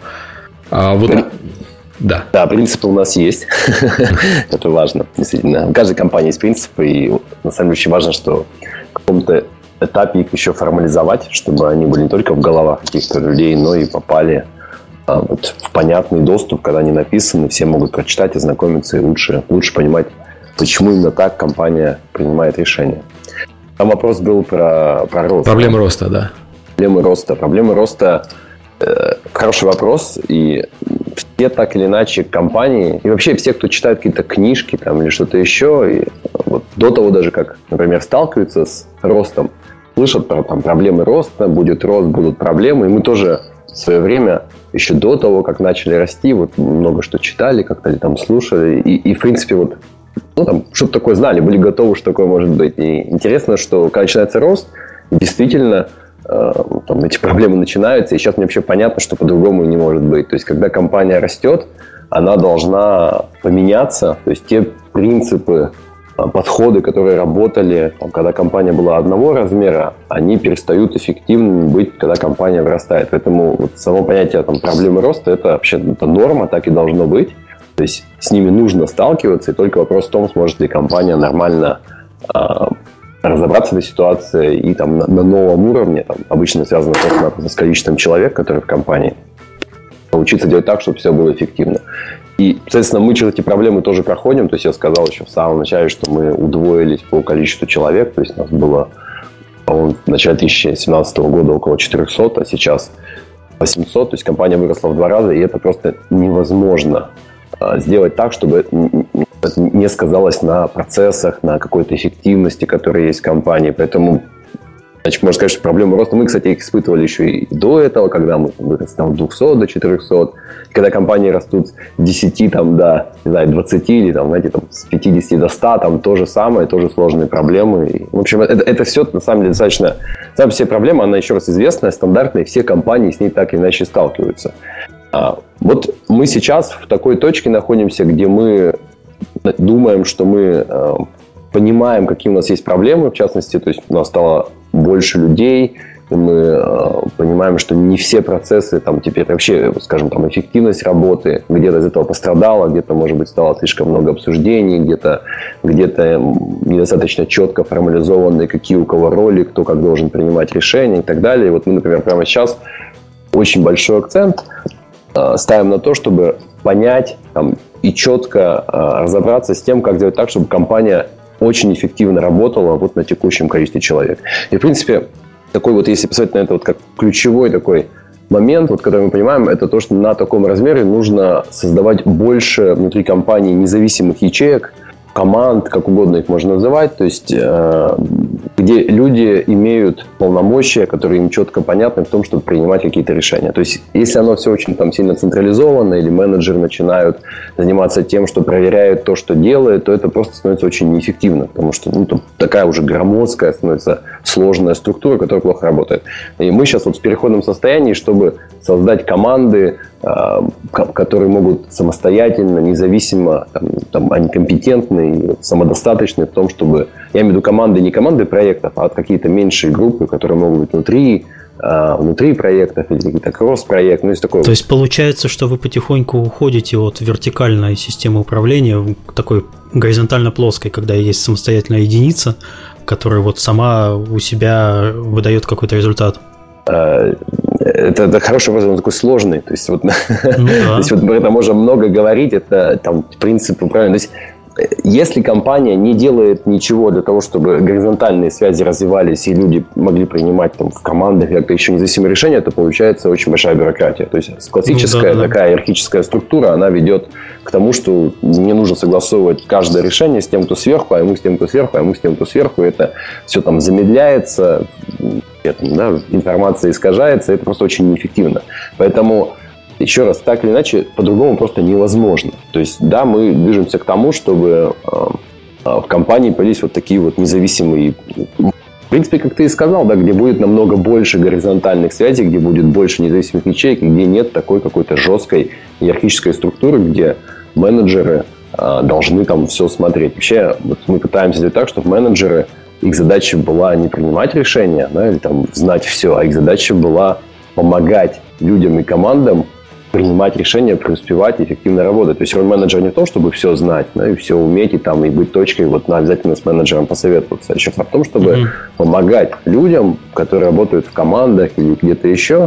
Speaker 2: Да.
Speaker 3: Да, принципы у нас есть. Это важно. Действительно, у каждой компании есть принципы, и на самом деле очень важно, что в каком-то этапе их еще формализовать, чтобы они были не только в головах каких-то людей, но и попали в понятный доступ, когда они написаны, все могут прочитать, ознакомиться и лучше понимать, почему именно так компания принимает решения. Там вопрос был про рост.
Speaker 2: Проблемы роста, да.
Speaker 3: Проблемы роста хороший вопрос, и все так или иначе компании, и вообще все, кто читают какие-то книжки там, или что-то еще, и вот до того даже, как, например, сталкиваются с ростом, слышат про проблемы роста, будет рост, будут проблемы. И мы тоже в свое время, еще до того, как начали расти, вот много что читали, как-то там слушали. И в принципе, вот, там что-то такое знали, были готовы, что такое может быть. И интересно, что когда начинается рост, действительно там эти проблемы начинаются. И сейчас мне вообще понятно, что по-другому не может быть. То есть, когда компания растет, она должна поменяться. То есть, те принципы, подходы, которые работали, когда компания была одного размера, они перестают эффективными быть, когда компания вырастает. Поэтому вот само понятие проблемы роста – это вообще норма, так и должно быть. То есть с ними нужно сталкиваться, и только вопрос в том, сможет ли компания нормально разобраться в этой ситуации и там на новом уровне, там, обычно связано просто с количеством человек, которые в компании, научиться делать так, чтобы все было эффективно. И, соответственно, мы через эти проблемы тоже проходим. То есть я сказал еще в самом начале, что мы удвоились по количеству человек. То есть у нас было, по-моему, в начале 2017 года около 400, а сейчас 800. То есть компания выросла в 2 раза, и это просто невозможно сделать так, чтобы это не сказалось на процессах, на какой-то эффективности, которая есть в компании. Поэтому, значит, можно сказать, что проблему роста мы, кстати, их испытывали еще и до этого, когда мы выросли с 200 до 400. Когда компании растут с 10 там, до, не знаю, 20 или там, знаете, там, с 50 до 100, там то же самое, тоже сложные проблемы. И, в общем, это все, на самом деле, достаточно... Сами все проблемы, она, еще раз, известная, стандартная, и все компании с ней так или иначе сталкиваются. Вот мы сейчас в такой точке находимся, где мы думаем, что мы понимаем, какие у нас есть проблемы, в частности, то есть у нас стало больше людей, и мы понимаем, что не все процессы, там, теперь вообще, скажем, там, эффективность работы где-то из этого пострадала, где-то, может быть, стало слишком много обсуждений, где-то недостаточно четко формализованы, какие у кого роли, кто как должен принимать решения и так далее. И вот мы, например, прямо сейчас очень большой акцент ставим на то, чтобы понять там, и четко разобраться с тем, как сделать так, чтобы компания очень эффективно работала вот на текущем количестве человек. И, в принципе, такой вот, если посмотреть на это вот как ключевой такой момент, вот, который мы понимаем, это то, что на таком размере нужно создавать больше внутри компании независимых ячеек, команд, как угодно их можно называть, то есть где люди имеют полномочия, которые им четко понятны в том, чтобы принимать какие-то решения. То есть если оно все очень там сильно централизовано, или менеджеры начинают заниматься тем, что проверяют то, что делают, то это просто становится очень неэффективно, потому что такая уже громоздкая становится сложная структура, которая плохо работает. И мы сейчас вот в переходном состоянии, чтобы создать команды, которые могут самостоятельно, независимо, они компетентны, самодостаточны в том, чтобы... Я имею в виду команды, не команды проектов, а какие-то меньшие группы, которые могут быть внутри проектов или какие-то кросс-проекты. Ну, такое.
Speaker 1: То есть получается, что вы потихоньку уходите от вертикальной системы управления к такой горизонтально-плоской, когда есть самостоятельная единица, которая вот сама у себя выдает какой-то результат.
Speaker 3: Это хороший вопрос, он такой сложный. То есть, вот, то есть, вот, это можно много говорить, это там принцип управления. То есть, если компания не делает ничего для того, чтобы горизонтальные связи развивались и люди могли принимать там, в командах как-то еще независимые решения, то получается очень большая бюрократия. То есть классическая такая иерархическая структура, она ведет к тому, что мне нужно согласовывать каждое решение с тем, кто сверху, а ему с тем, кто сверху, а ему с тем, кто сверху. Это все там замедляется, информация искажается, это просто очень неэффективно. Поэтому... Еще раз, так или иначе, по-другому просто невозможно. То есть, да, мы движемся к тому, чтобы в компании появились вот такие вот независимые... В принципе, как ты и сказал, да, где будет намного больше горизонтальных связей, где будет больше независимых ячеек, и где нет такой какой-то жесткой иерархической структуры, где менеджеры должны там все смотреть. Вообще, вот мы пытаемся сделать так, чтобы менеджеры, их задача была не принимать решения, да, или там знать все, а их задача была помогать людям и командам принимать решения, преуспевать и эффективно работать. То есть роль менеджера не в том, чтобы все знать, да, и все уметь, и быть точкой, вот обязательно с менеджером посоветоваться. Еще в том, чтобы помогать людям, которые работают в командах или где-то еще,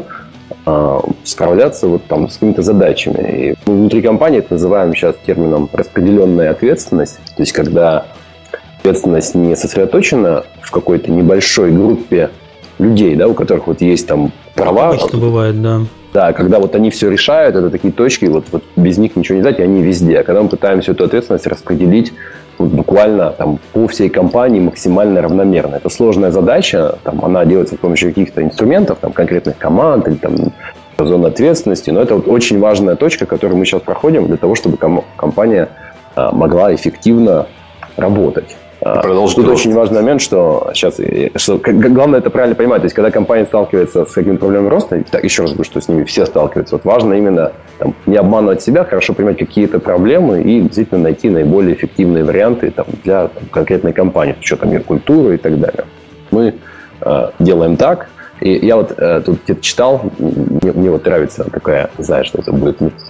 Speaker 3: справляться вот там с какими-то задачами. И внутри компании это называем сейчас термином распределенная ответственность. То есть когда ответственность не сосредоточена в какой-то небольшой группе людей, да, у которых вот есть там права.
Speaker 1: Что бывает, да.
Speaker 3: Да, когда вот они все решают, это такие точки, вот без них ничего не дать, и они везде. А когда мы пытаемся эту ответственность распределить буквально там, по всей компании максимально равномерно. Это сложная задача, там, она делается с помощью каких-то инструментов, там, конкретных команд или там, зон ответственности, но это вот очень важная точка, которую мы сейчас проходим для того, чтобы компания могла эффективно работать. Тут очень важный момент, что сейчас, главное это правильно понимать, то есть когда компания сталкивается с какими-то проблемами роста, так, еще раз говорю, что с ними все сталкиваются, вот важно именно там, не обманывать себя, хорошо понимать какие-то проблемы и действительно найти наиболее эффективные варианты там, для конкретной компании, с учетом ее культуры и так далее. Мы делаем так, и я вот тут где-то читал, мне вот нравится такая, знаешь, что это будет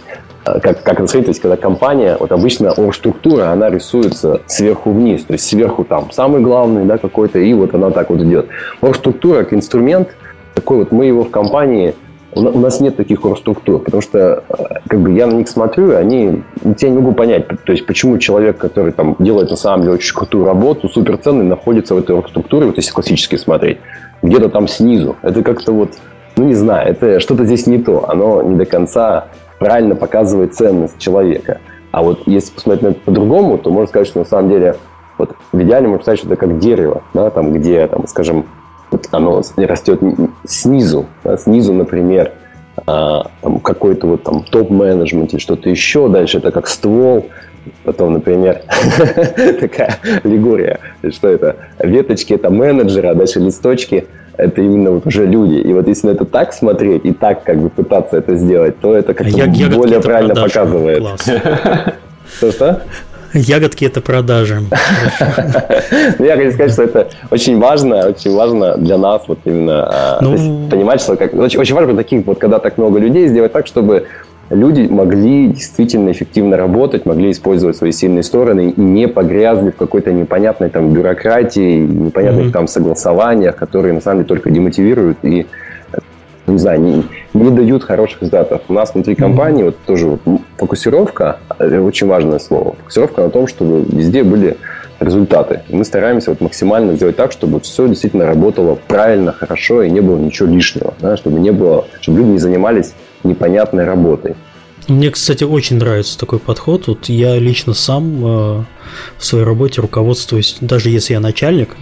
Speaker 3: как это сказать, то есть когда компания, вот обычно оргструктура, она рисуется сверху вниз, то есть сверху там самый главный, да, какой-то, и вот она так вот идет. Оргструктура как инструмент, такой вот мы его в компании, у нас нет таких оргструктур, потому что как бы я на них смотрю, и они, я не могу понять, то есть почему человек, который там делает на самом деле очень крутую работу, суперценный, находится в этой оргструктуре, вот если классически смотреть, где-то там снизу. Это как-то вот, ну не знаю, это что-то здесь не то, оно не до конца правильно показывает ценность человека. А вот если посмотреть на это по-другому, то можно сказать, что на самом деле вот в идеале можно представить, что это как дерево, да, там, где, там, скажем, вот оно растет снизу. Да, снизу, например, там, какой-то вот там топ-менеджмент или что-то еще. Дальше это как ствол. Потом, например, такая аллегория. Что это? Веточки – это менеджеры, а дальше листочки – это именно вот уже люди. И вот если на это так смотреть и так как бы пытаться это сделать, то это как-то более правильно показывает. Что?
Speaker 1: Ягодки – это продажи.
Speaker 3: Я хочу сказать, что это очень важно для нас вот именно понимать, что очень важно таких вот, когда так много людей, сделать так, чтобы люди могли действительно эффективно работать, могли использовать свои сильные стороны и не погрязли в какой-то непонятной там бюрократии, непонятных там согласованиях, которые на самом деле только демотивируют и, не знаю, не дают хороших результатов. У нас внутри компании вот тоже вот фокусировка, очень важное слово, фокусировка на том, чтобы везде были результаты. И мы стараемся вот максимально сделать так, чтобы все действительно работало правильно, хорошо и не было ничего лишнего, да, чтобы люди не занимались непонятной работой.
Speaker 1: Мне, кстати, очень нравится такой подход. Вот я лично сам в своей работе руководствуюсь, даже если я начальник,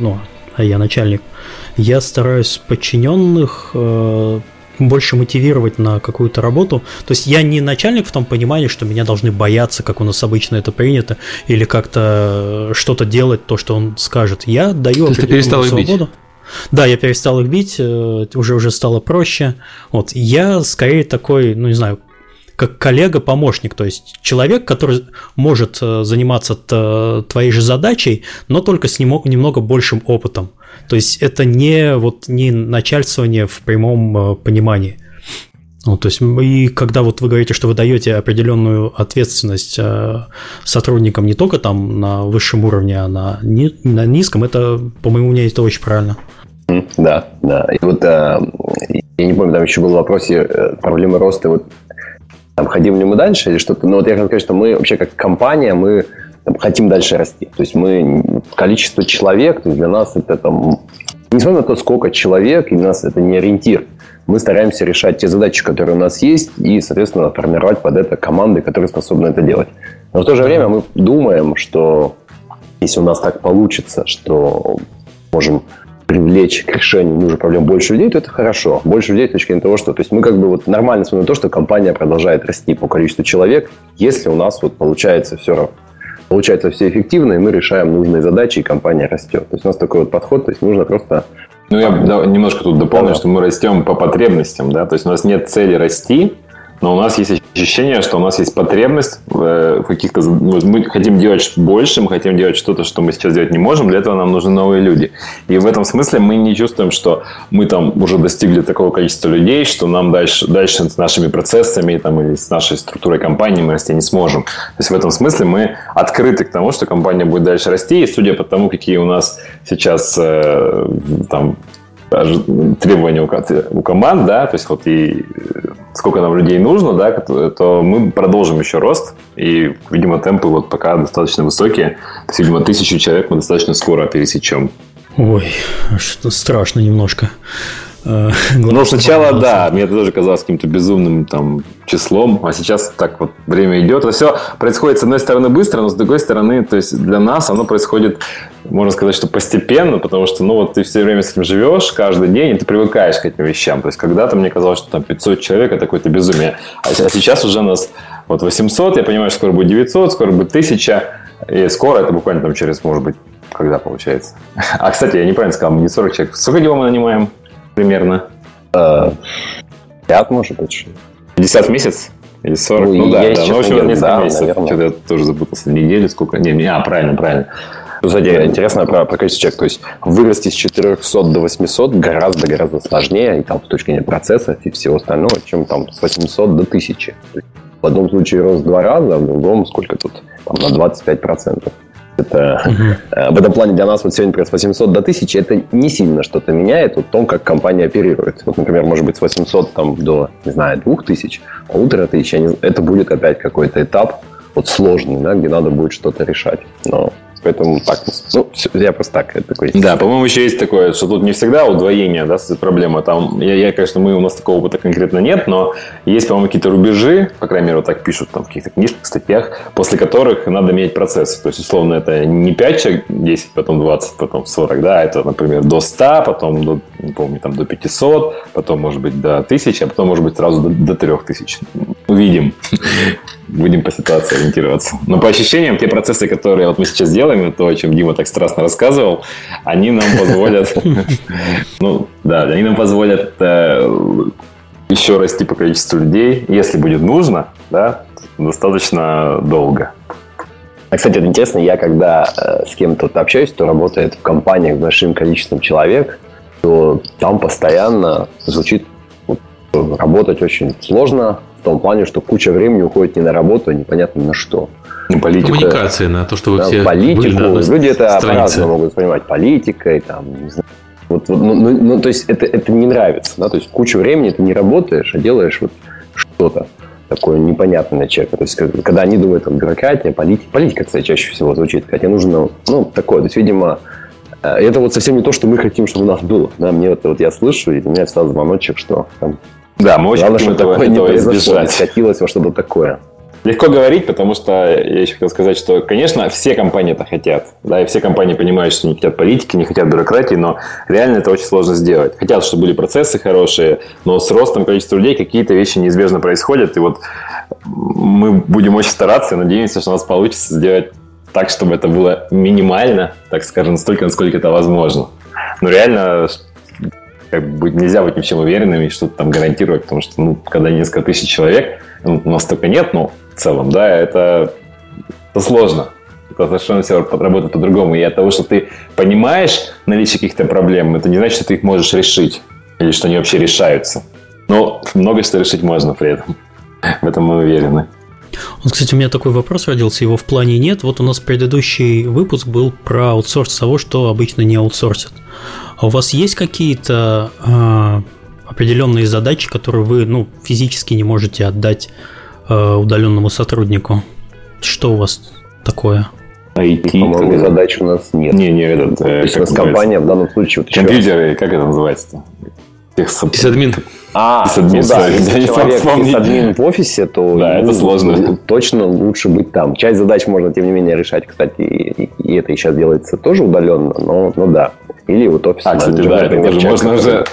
Speaker 1: я стараюсь подчиненных больше мотивировать на какую-то работу. То есть я не начальник в том понимании, что меня должны бояться, как у нас обычно это принято, или как-то что-то делать, то, что он скажет. Я даю определенную свободу. Да, я перестал их бить, уже стало проще. Вот. Я скорее такой, ну не знаю, как коллега-помощник, то есть человек, который может заниматься твоей же задачей, но только с немного большим опытом. То есть это не начальствование в прямом понимании. Ну, то есть, и когда вот вы говорите, что вы даете определенную ответственность сотрудникам не только там на высшем уровне, а на низком, это, по моему мнению, это очень правильно.
Speaker 3: Да. И вот я не помню, там еще был в вопросе проблемы роста. Вот там, хотим ли мы дальше или что-то. Но вот я хочу сказать, что мы вообще как компания, мы там хотим дальше расти. То есть количество человек, то есть для нас это там, несмотря на то, сколько человек, и для нас это не ориентир. Мы стараемся решать те задачи, которые у нас есть, и, соответственно, формировать под это команды, которые способны это делать. Но в то же время мы думаем, что если у нас так получится, что можем привлечь к решению нужных проблем больше людей, то это хорошо. Больше людей с точки зрения того, что... То есть мы как бы вот нормально смотрим на то, что компания продолжает расти по количеству человек, если у нас вот получается все эффективно, и мы решаем нужные задачи, и компания растет. То есть у нас такой вот подход, то есть нужно просто...
Speaker 4: Ну, я немножко тут дополню, что мы растем по потребностям, да, то есть у нас нет цели расти, но у нас есть ощущение, что у нас есть потребность в каких-то... Мы хотим делать больше, мы хотим делать что-то, что мы сейчас делать не можем, для этого нам нужны новые люди. И в этом смысле мы не чувствуем, что мы там уже достигли такого количества людей, что нам дальше с нашими процессами там, или с нашей структурой компании мы расти не сможем. То есть в этом смысле мы открыты к тому, что компания будет дальше расти, и судя по тому, какие у нас сейчас там требования у команд, да, то есть вот и сколько нам людей нужно, да, то мы продолжим еще рост, и, видимо, темпы вот пока достаточно высокие, то есть, видимо, 1000 человек мы достаточно скоро пересечем.
Speaker 1: Ой, что-то страшно немножко.
Speaker 4: Ну, сначала, да, мне это тоже казалось каким-то безумным там числом, а сейчас так вот время идет. Это все происходит, с одной стороны, быстро, но с другой стороны, то есть для нас оно происходит, можно сказать, что постепенно, потому что, ну, вот ты все время с этим живешь каждый день, и ты привыкаешь к этим вещам. То есть когда-то мне казалось, что там 500 человек – это какое-то безумие. А сейчас уже нас вот 800, я понимаю, что скоро будет 900, скоро будет 1000, и скоро это буквально там через, может быть, когда получается. А, кстати, я неправильно сказал, не 40 человек. Сколько его мы нанимаем? Примерно.
Speaker 3: 5, может быть.
Speaker 4: 50 в месяц? Или 40? Ну да. Ну, в общем, несколько месяцев.
Speaker 3: Наверное.
Speaker 4: Что-то я тоже запутался. Неделю сколько? Правильно.
Speaker 3: Кстати, интересно про количество человек. То есть вырасти с 400 до 800 гораздо сложнее, и там с точки зрения процесса и всего остального, чем там с 800 до 1000. В одном случае рос в 2 раза, в другом сколько тут? Там, на 25%. Это, в этом плане для нас вот сегодня, например, с 800 до 1000 это не сильно что-то меняет в том, как компания оперирует. Вот, например, может быть, с 800 там, до, не знаю, 2000, 1500, это будет опять какой-то этап вот сложный, да, где надо будет что-то решать. Но поэтому так, ну, я просто так. Это такой...
Speaker 4: Да, по-моему, еще есть такое, что тут не всегда удвоение, да, проблема. Там, конечно, у нас такого опыта конкретно нет, но есть, по-моему, какие-то рубежи, по крайней мере, вот так пишут там в каких-то книжках, статьях, после которых надо менять процессы. То есть, условно, это не 5 человек, 10, потом 20, потом 40, да, это, например, до 100, потом, до, не помню, там, до 500, потом, может быть, до 1000, а потом, может быть, сразу до 3000. Увидим. Будем по ситуации ориентироваться. Но по ощущениям, те процессы, которые вот мы сейчас делаем, то, о чем Дима так страстно рассказывал, они нам позволят... Ну, да, они нам позволят еще расти по количеству людей, если будет нужно, да, достаточно долго.
Speaker 3: А, кстати, это интересно, я когда с кем-то общаюсь, кто работает в компаниях с большим количеством человек, то там постоянно звучит работать очень сложно, в том плане, что куча времени уходит не на работу, а непонятно на что.
Speaker 2: На политику. Коммуникация, на то, что вы все
Speaker 3: политику. Люди это по-разному могут воспринимать. Политикой, там, не знаю. Ну, то есть это не нравится. Да? То есть кучу времени ты не работаешь, а делаешь вот что-то такое непонятное для человека. То есть когда они думают, там, бюрократия, политика, кстати, чаще всего звучит. Хотя нужно, ну, такое. То есть, видимо, это вот совсем не то, что мы хотим, чтобы у нас было. Да? Мне вот я слышу, и у меня всегда звоночек, что там...
Speaker 4: Да, мы очень хотим
Speaker 3: этого не произошло, скатилось во что-то такое.
Speaker 4: Легко говорить, потому что я еще хотел сказать, что, конечно, все компании это хотят. Да, и все компании понимают, что не хотят политики, не хотят бюрократии, но реально это очень сложно сделать. Хотят, чтобы были процессы хорошие, но с ростом количества людей какие-то вещи неизбежно происходят. И вот мы будем очень стараться и надеемся, что у нас получится сделать так, чтобы это было минимально, так скажем, настолько, насколько это возможно. Но реально... нельзя быть ни в чем уверенными и что-то там гарантировать, потому что, ну, когда несколько тысяч человек, ну, у нас только нет, но в целом, да, это сложно. Это совершенно все работает по-другому. И от того, что ты понимаешь наличие каких-то проблем, это не значит, что ты их можешь решить или что они вообще решаются. Но много что решить можно при этом. В этом мы уверены.
Speaker 1: Вот, кстати, у меня такой вопрос родился, его в плане нет. Вот у нас предыдущий выпуск был про аутсорс того, что обычно не аутсорсят. А у вас есть какие-то определенные задачи, которые вы, ну, физически не можете отдать удаленному сотруднику? Что у вас такое?
Speaker 3: IT, по-моему, задач у нас нет.
Speaker 4: То
Speaker 3: есть у нас компания в данном случае... Вот
Speaker 4: компьютеры, как это называется-то?
Speaker 2: Сисадмин.
Speaker 3: Если человек сисадмин в офисе, то
Speaker 4: да, это сложно.
Speaker 3: Точно лучше быть там. Часть задач можно, тем не менее, решать, кстати, и это и сейчас делается тоже удаленно, но да. Или вот офис.
Speaker 4: Кстати, да, это тоже можно уже...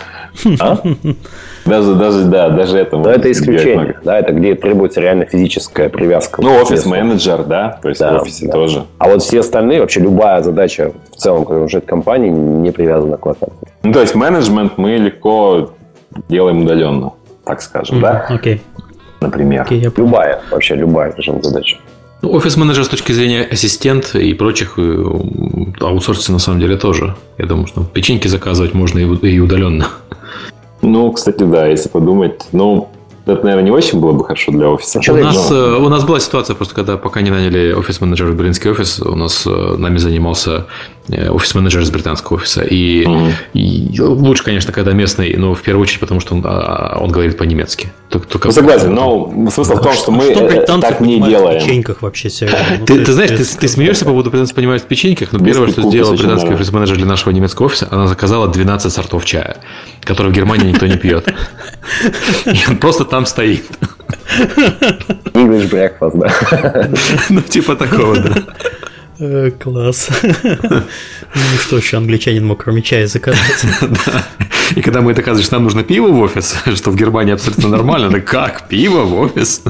Speaker 4: Даже это.
Speaker 3: Но это исключение, да, это где требуется реально физическая привязка.
Speaker 4: Ну, офис-менеджер, да, то есть в офисе тоже.
Speaker 3: А вот все остальные, вообще любая задача в целом, которая уже в компании, не привязана к локации.
Speaker 4: Ну, то есть менеджмент мы легко делаем удаленно, так скажем, да?
Speaker 1: Окей.
Speaker 4: Например.
Speaker 3: Любая решим задача.
Speaker 2: Офис-менеджер с точки зрения ассистент и прочих аутсорсится на самом деле тоже. Я думаю, что печеньки заказывать можно и удаленно.
Speaker 4: Ну, кстати, да, если подумать, это, наверное, не очень было бы хорошо для офиса.
Speaker 2: У нас была ситуация, просто когда пока не наняли офис-менеджера в берлинский офис, у нас нами занимался офис-менеджер из британского офиса. И лучше, конечно, когда местный, но в первую очередь, потому что он говорит по-немецки.
Speaker 4: Согласен, но смысл в том, что мы так не делаем.
Speaker 1: В печеньках вообще все.
Speaker 2: Ты знаешь, ты смеешься по поводу британцев понимают в печеньках, но первое, что сделал британский офис-менеджер для нашего немецкого офиса, она заказала 12 сортов чая, которые в Германии никто не пьет. И он просто там стоит.
Speaker 3: English breakfast, да.
Speaker 2: Ну, типа такого, да.
Speaker 1: Класс. Ну, что еще англичанин мог, кроме чая, заказать?
Speaker 2: Да. И когда мы доказываем, что нам нужно пиво в офис, что в Германии абсолютно нормально, да как, пиво в офис?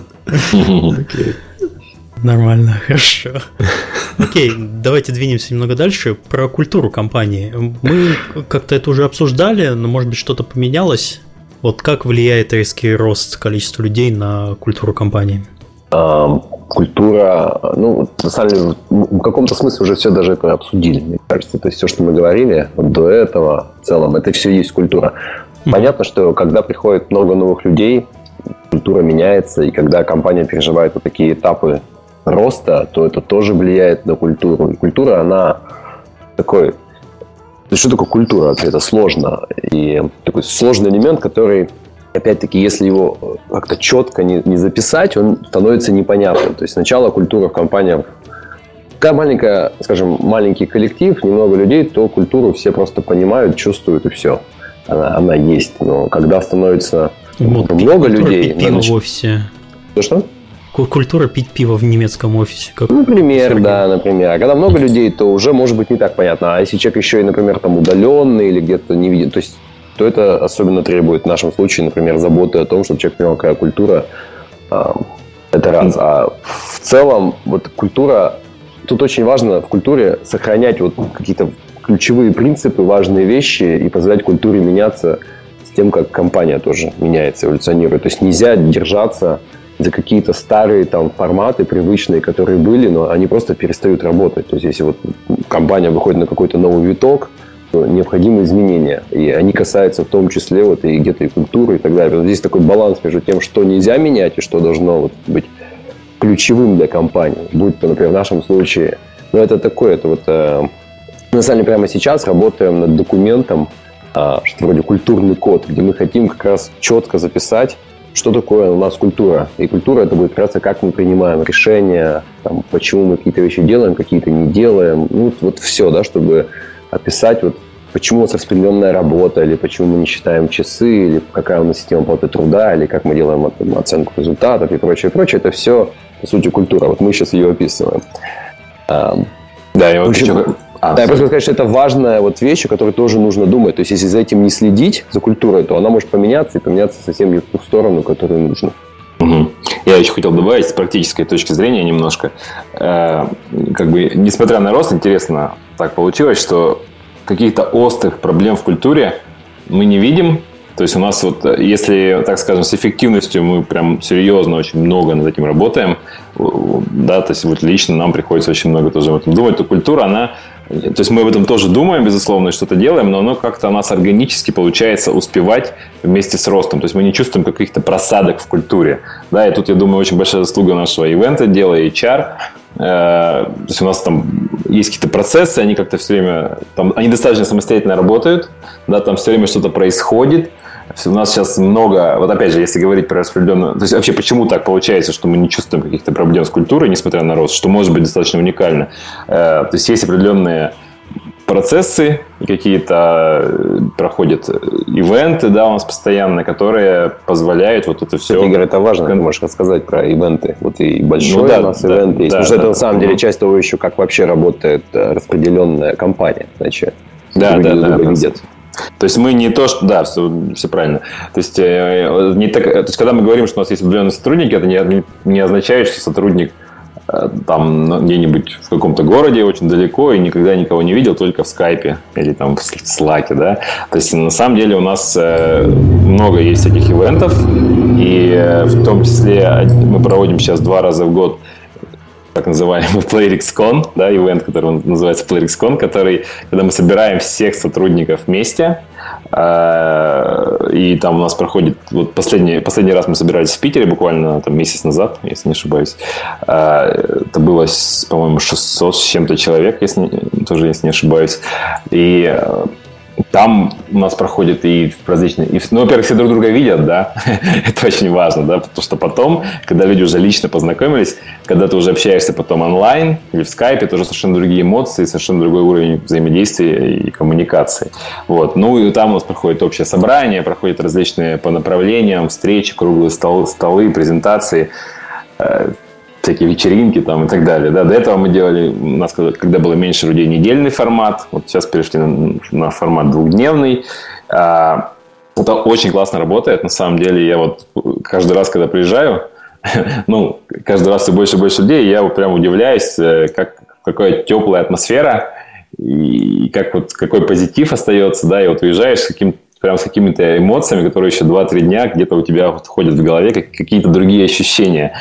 Speaker 1: Нормально, хорошо. Окей, давайте двинемся немного дальше. Про культуру компании. Мы как-то это уже обсуждали, но, может быть, что-то поменялось. Вот как влияет резкий рост количества людей на культуру компании?
Speaker 3: Культура, на самом деле, в каком-то смысле уже все даже это обсудили, мне кажется. То есть все, что мы говорили до этого, в целом, это все есть культура. Понятно, что когда приходит много новых людей, культура меняется, и когда компания переживает вот такие этапы роста, то это тоже влияет на культуру. И культура, она такой... Что такое культура? Это сложно. И такой сложный элемент, который, опять-таки, если его как-то четко не записать, он становится непонятным. То есть сначала культура в компаниях, когда маленький коллектив, немного людей, то культуру все просто понимают, чувствуют, и все. Она есть. Но когда становится много людей...
Speaker 1: Пиво в офисе.
Speaker 3: Что?
Speaker 1: Культура пить пиво в немецком офисе.
Speaker 3: Например. А когда много людей, то уже может быть не так понятно. А если человек еще и, например, там удаленный или где-то не видит, то это особенно требует в нашем случае, например, заботы о том, чтобы человек понял, какая культура. Это раз. А в целом, вот культура... Тут очень важно в культуре сохранять вот какие-то ключевые принципы, важные вещи и позволять культуре меняться с тем, как компания тоже меняется, эволюционирует. То есть нельзя держаться за какие-то старые там форматы привычные, которые были, но они просто перестают работать. То есть если вот компания выходит на какой-то новый виток, то необходимы изменения. И они касаются в том числе вот и где-то и культуры и так далее. Вот здесь такой баланс между тем, что нельзя менять и что должно вот быть ключевым для компании. Будь то, например, в нашем случае, мы на самом деле прямо сейчас работаем над документом, что вроде культурный код, где мы хотим как раз четко записать, что такое у нас культура. И культура — это будет как раз как мы принимаем решения, там, почему мы какие-то вещи делаем, какие-то не делаем. Вот все, да, чтобы описать, вот, почему у нас распределенная работа, или почему мы не считаем часы, или какая у нас система оплаты труда, или как мы делаем оценку результатов и прочее, прочее. Это все, по сути, культура. Вот мы сейчас ее описываем.
Speaker 4: Я просто
Speaker 3: хочу сказать, что это важная вот вещь, о которой тоже нужно думать. То есть, если за этим не следить, за культурой, то она может поменяться и поменяться совсем не в ту сторону, которую нужно.
Speaker 4: Угу. Я еще хотел добавить с практической точки зрения немножко. Несмотря на рост, интересно так получилось, что каких-то острых проблем в культуре мы не видим. То есть у нас вот, если, так скажем, с эффективностью мы прям серьезно очень много над этим работаем, да, то есть вот лично нам приходится очень много тоже об этом думать, то культура, она, то есть мы об этом тоже думаем, безусловно, и что-то делаем, но оно как-то у нас органически получается успевать вместе с ростом. То есть мы не чувствуем каких-то просадок в культуре. Да, и тут, я думаю, очень большая заслуга нашего ивент-отдела, HR. То есть у нас там есть какие-то процессы, они как-то все время, там, они достаточно самостоятельно работают, да, там все время что-то происходит. У нас сейчас много, вот опять же, если говорить про распределенную... То есть вообще почему так получается, что мы не чувствуем каких-то проблем с культурой, несмотря на рост, что может быть достаточно уникально. То есть есть определенные процессы, какие-то проходят ивенты, да, у нас постоянно, которые позволяют вот это все...
Speaker 3: Игорь, это важно, ты можешь рассказать про ивенты. Вот и большой у нас ивент есть. Потому что это на самом деле часть того еще, как вообще работает распределенная компания. Значит, видят.
Speaker 4: То есть мы не то, что... Да, все правильно. То есть, когда мы говорим, что у нас есть определенные сотрудники, это не означает, что сотрудник там где-нибудь в каком-то городе очень далеко и никогда никого не видел, только в скайпе или там в слаке, да. То есть на самом деле у нас много есть таких ивентов, и в том числе мы проводим сейчас 2 раза в год так называемый PlayerXCon, да, ивент, который называется PlayerXCon, который, когда мы собираем всех сотрудников вместе, и там у нас проходит, вот последний раз мы собирались в Питере буквально там месяц назад, если не ошибаюсь, это было, по-моему, 600 с чем-то человек, если не ошибаюсь, и там у нас проходит и различные... во-первых, все друг друга видят, да, это очень важно, да, потому что потом, когда люди уже лично познакомились, когда ты уже общаешься потом онлайн или в скайпе, это уже совершенно другие эмоции, совершенно другой уровень взаимодействия и коммуникации. Вот. Ну и там у нас проходит общее собрание, проходят различные по направлениям, встречи, круглые столы, презентации, всякие вечеринки там и так далее. Да. До этого мы делали, у нас когда было меньше людей, недельный формат. Вот сейчас перешли на формат 2-дневный. Это очень классно работает. На самом деле я вот каждый раз, когда приезжаю, каждый раз все больше и больше людей, я вот прям удивляюсь, какая теплая атмосфера и какой позитив остается, да, и вот уезжаешь с какими-то эмоциями, которые еще 2-3 дня где-то у тебя ходят в голове, какие-то другие ощущения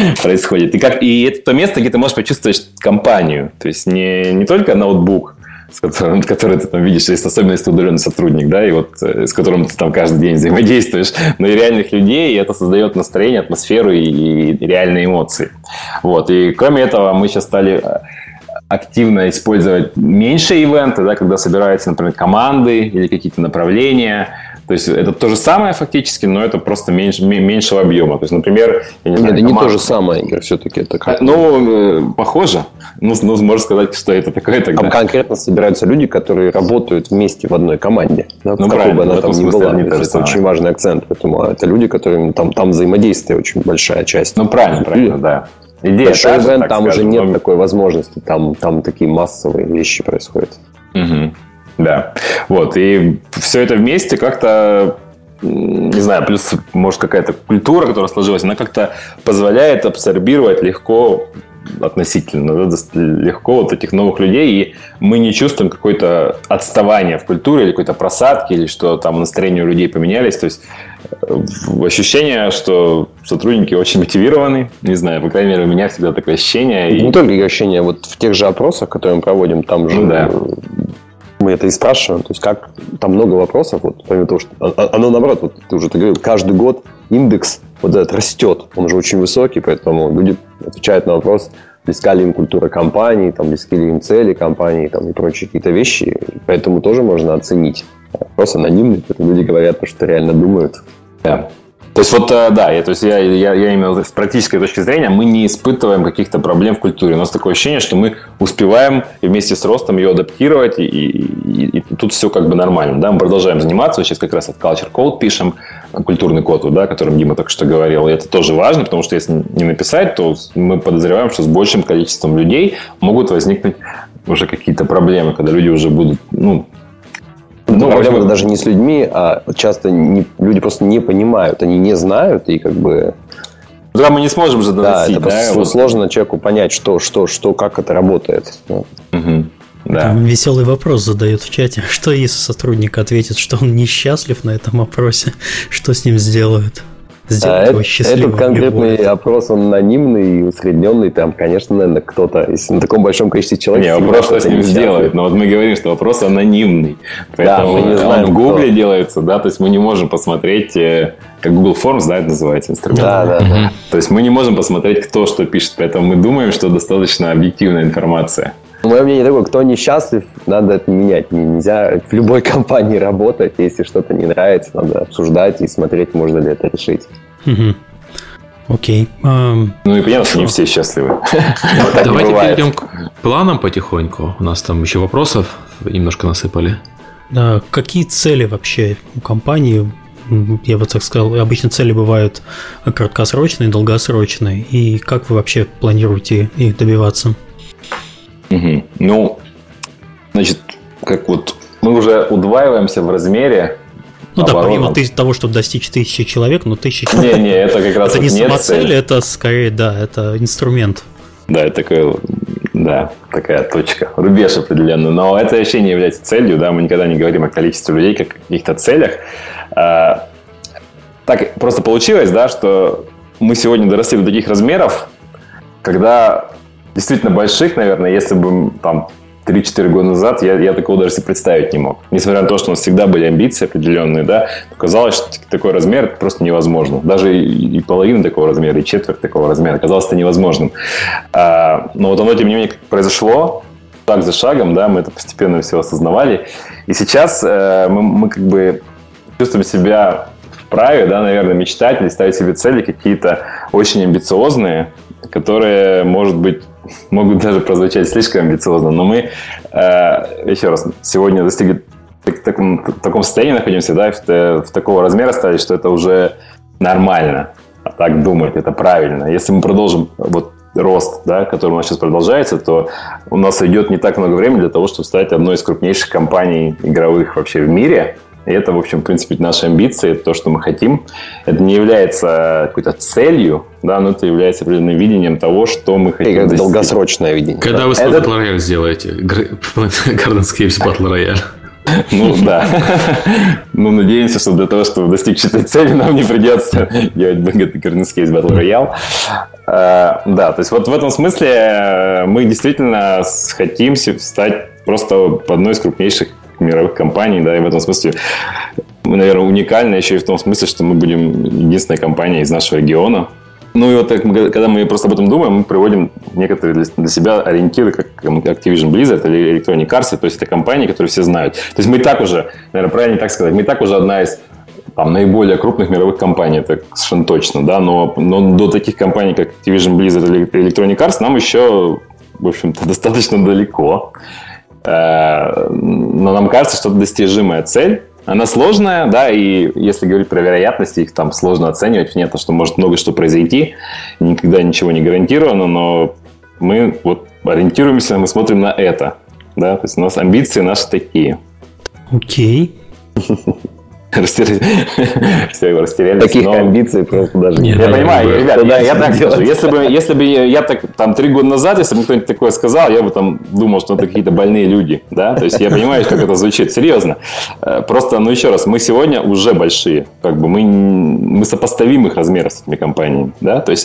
Speaker 4: происходят. И это то место, где ты можешь почувствовать компанию. То есть не только ноутбук, который ты там видишь, есть особенно если ты удаленный сотрудник, да, и вот с которым ты там каждый день взаимодействуешь, но и реальных людей, и это создает настроение, атмосферу и реальные эмоции. Вот. И кроме этого, мы сейчас стали активно использовать меньше ивенты, да, когда собираются, например, команды или какие-то направления. То есть это то же самое фактически, но это просто меньшего объема. То есть, например, я не знаю,
Speaker 3: это не то же самое, Игорь, все-таки это как...
Speaker 4: похоже. Можно сказать, что это такое тогда.
Speaker 3: Там конкретно собираются люди, которые работают вместе в одной команде. Да, какой бы она там ни была. Это очень важный акцент. Поэтому это люди, которые там взаимодействие очень большая часть.
Speaker 4: Правильно, да.
Speaker 3: Идея большой ивент, там уже нет такой возможности. Там такие массовые вещи происходят.
Speaker 4: Угу. Да, вот, и все это вместе как-то, не знаю, плюс, может, какая-то культура, которая сложилась, она как-то позволяет абсорбировать легко, относительно, да, легко вот этих новых людей, и мы не чувствуем какое-то отставание в культуре или какой-то просадки, или что там настроение у людей поменялись, то есть ощущение, что сотрудники очень мотивированы, не знаю, по крайней мере, у меня всегда такое ощущение.
Speaker 3: Не только ощущение, вот в тех же опросах, которые мы проводим, там же... Мы это и спрашиваем, то есть как там много вопросов, вот помимо того, что оно наоборот, вот ты говорил, каждый год индекс вот этот растет, он уже очень высокий, поэтому люди отвечают на вопрос, близка ли им культура компании, там, близки ли им цели компании там, и прочие какие-то вещи, поэтому тоже можно оценить. Вопрос анонимный, поэтому люди говорят то, что реально думают.
Speaker 4: Да. То есть, вот, да, то есть я именно с практической точки зрения, мы не испытываем каких-то проблем в культуре. У нас такое ощущение, что мы успеваем и вместе с ростом ее адаптировать, и тут все как бы нормально. Да? Мы продолжаем заниматься. Сейчас как раз от Culture Code пишем, культурный код, да, о котором Дима только что говорил. И это тоже важно, потому что если не написать, то мы подозреваем, что с большим количеством людей могут возникнуть уже какие-то проблемы, когда люди уже будут...
Speaker 3: проблема даже не с людьми, а часто люди просто не понимают, они не знают, и как бы...
Speaker 4: Да, мы не сможем же доносить.
Speaker 3: Да, это сложно человеку понять, что, как это работает.
Speaker 4: Угу. Да.
Speaker 1: Там веселый вопрос задают в чате. Что если сотрудник ответит, что он несчастлив на этом опросе? Что с ним сделают? Сделать его счастливым.
Speaker 3: Этот конкретный опрос, он анонимный и усредненный. Там, конечно, наверное, кто-то, если на таком большом количестве человек...
Speaker 4: Не, вопрос, что с ним сделают. Но вот мы говорим, что вопрос анонимный. Поэтому мы не знаем, он в Гугле делается, да, то есть мы не можем посмотреть, как Google Forms, да, это называется инструмент.
Speaker 3: Да.
Speaker 4: То есть мы не можем посмотреть, кто что пишет. Поэтому мы думаем, что достаточно объективная информация.
Speaker 3: Мое мнение такое, кто несчастлив, надо это менять. Нельзя в любой компании работать. Если что-то не нравится, надо обсуждать и смотреть, можно ли это решить.
Speaker 1: Окей.
Speaker 4: Ну и понятно, что не все счастливы.
Speaker 2: Давайте перейдем к планам потихоньку. У нас там еще вопросов немножко насыпали.
Speaker 1: Какие цели вообще у компании? Я бы так сказал, обычно цели бывают краткосрочные, долгосрочные. И как вы вообще планируете их добиваться?
Speaker 4: Ну, значит, как вот мы уже удваиваемся в размере.
Speaker 1: Ну да, помимо того, чтобы достичь 1000 человек, но 1000 человек...
Speaker 4: Не, это как раз
Speaker 1: это не самоцель, это скорее, да, это инструмент.
Speaker 4: Да, это такая точка, рубеж определенный. Но это вообще не является целью, да, мы никогда не говорим о количестве людей, как о каких-то целях. Так просто получилось, да, что мы сегодня доросли до таких размеров, когда... Действительно больших, наверное, если бы там 3-4 года назад я такого даже себе представить не мог. Несмотря на то, что у нас всегда были амбиции определенные, да, казалось, что такой размер это просто невозможно. Даже и половина такого размера, и четверть такого размера казалось это невозможным. Но вот оно, тем не менее, произошло шаг за шагом, да, мы это постепенно все осознавали. И сейчас мы как бы чувствуем себя вправе, да, наверное, мечтать или ставить себе цели какие-то очень амбициозные, которые, может быть, могут даже прозвучать слишком амбициозно, но мы, еще раз, сегодня достигли в таком состоянии находимся, да, в такого размера стали, что это уже нормально. А так думать, это правильно. Если мы продолжим вот рост, да, который у нас сейчас продолжается, то у нас идет не так много времени для того, чтобы стать одной из крупнейших компаний игровых вообще в мире. И это, в общем, в принципе, наши амбиции, это то, что мы хотим. Это не является какой-то целью, да, но это является определенным видением того, что мы хотим
Speaker 3: достичь. Долгосрочное видение.
Speaker 2: Когда вы свой Battle Royale сделаете? Gardenscapes Battle Royale.
Speaker 4: Ну, да. Ну, надеемся, что для того, чтобы достичь этой цели, нам не придется делать Gardenscapes Battle Royale. Да, то есть вот в этом смысле мы действительно хотим стать просто одной из крупнейших мировых компаний, да, и в этом смысле мы, наверное, уникальны еще и в том смысле, что мы будем единственной компанией из нашего региона. Ну и вот когда мы просто об этом думаем, мы приводим некоторые для себя ориентиры, как Activision Blizzard или Electronic Arts, то есть это компании, которые все знают. То есть мы и так уже, наверное, правильно так сказать, мы и так уже одна из там, наиболее крупных мировых компаний, это совершенно точно, да, но до таких компаний, как Activision Blizzard или Electronic Arts, нам еще, в общем-то, достаточно далеко. Но нам кажется, что это достижимая цель. Она сложная, да, и если говорить про вероятности, их там сложно оценивать. Понятно, что может много что произойти, никогда ничего не гарантировано, но мы вот ориентируемся, мы смотрим на это, да, то есть у нас амбиции наши такие.
Speaker 1: Окей.
Speaker 4: Все растерялись.
Speaker 3: Таких амбиций просто даже нет.
Speaker 4: Я понимаю, ребят, я так скажу. Если бы я так там 3 года назад, если бы кто-нибудь такое сказал, я бы там думал, что это какие-то больные люди. Да? То есть я понимаю, как это звучит. Серьезно. Просто, еще раз, мы сегодня уже большие. Как бы мы сопоставимых размеров с этими компаниями. Да? То есть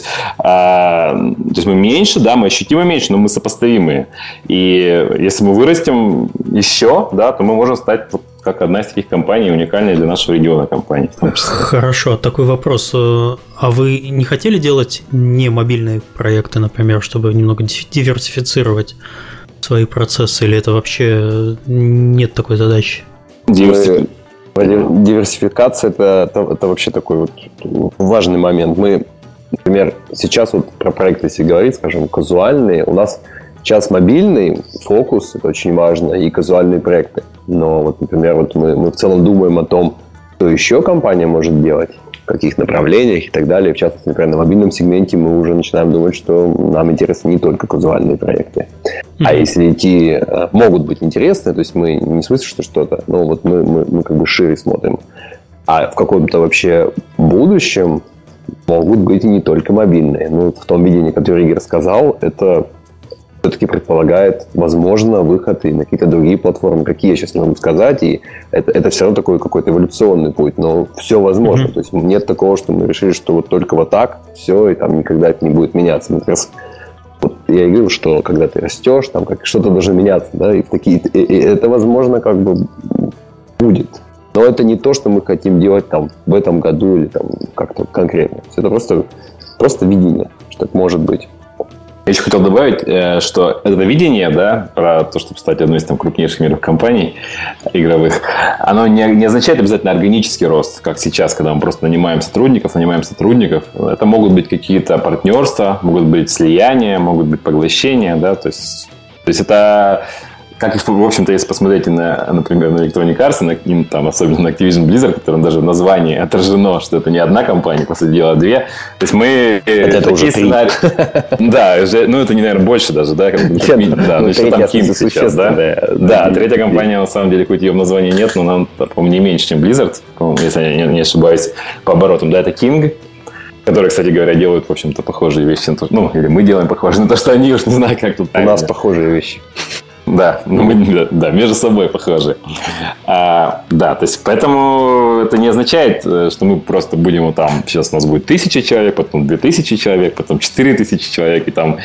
Speaker 4: мы меньше, да, мы ощутимо меньше, но мы сопоставимые. И если мы вырастем еще, да, то мы можем стать как одна из таких компаний, уникальная для нашего региона компаний.
Speaker 1: Хорошо, такой вопрос. А вы не хотели делать не мобильные проекты, например, чтобы немного диверсифицировать свои процессы, или это вообще нет такой задачи?
Speaker 3: Диверсификация это вообще такой вот важный момент. Мы, например, сейчас вот про проекты, если говорить, скажем, казуальные, у нас сейчас мобильный фокус, это очень важно, и казуальные проекты. Но вот, например, вот мы в целом думаем о том, что еще компания может делать, в каких направлениях и так далее. В частности, например, на мобильном сегменте мы уже начинаем думать, что нам интересны не только казуальные проекты. А если эти могут быть интересны, то есть мы не в смысле, что что-то, но вот мы как бы шире смотрим. А в каком-то вообще будущем могут быть и не только мобильные. Ну, в том видении, которое Игорь сказал, это все-таки предполагает, возможно, выход и на какие-то другие платформы, какие я сейчас не могу сказать, и это все равно такой какой-то эволюционный путь, но все возможно. То есть нет такого, что мы решили, что вот только вот так, все, и там никогда это не будет меняться. Мы как раз, вот я и говорил, что когда ты растешь, там как что-то должно меняться, да, и это, возможно, как бы будет. Но это не то, что мы хотим делать там в этом году или там как-то конкретно. Это просто видение, что это может быть.
Speaker 4: Я еще хотел добавить, что это видение, да, про то, чтобы стать одной из там крупнейших мировых компаний игровых, оно не означает обязательно органический рост, как сейчас, когда мы просто нанимаем сотрудников. Это могут быть какие-то партнерства, могут быть слияния, могут быть поглощения, да, то есть это... Как, в общем-то, если посмотреть например, на Electronic Arts, там, особенно на Activision Blizzard, в котором даже в названии отражено, что это не одна компания, по сути дела, две. То есть мы...
Speaker 3: Это уже сценарий.
Speaker 4: Да, ну это, наверное, больше даже, да? Да, ну еще там King сейчас, да? Да, третья компания, на самом деле, хоть ее в названии нет, но нам, по-моему, не меньше, чем Blizzard, если я не ошибаюсь, по оборотам. Да, это King, которые, кстати говоря, делают, в общем-то, похожие вещи. Ну, или мы делаем похожие на то, что они, уж не знаю, как тут.
Speaker 3: У нас похожие вещи.
Speaker 4: Да, между собой похожи. Да, то есть поэтому это не означает, что мы просто будем там, сейчас у нас будет 1000 человек, потом 2000 человек, потом 4000 человек, и там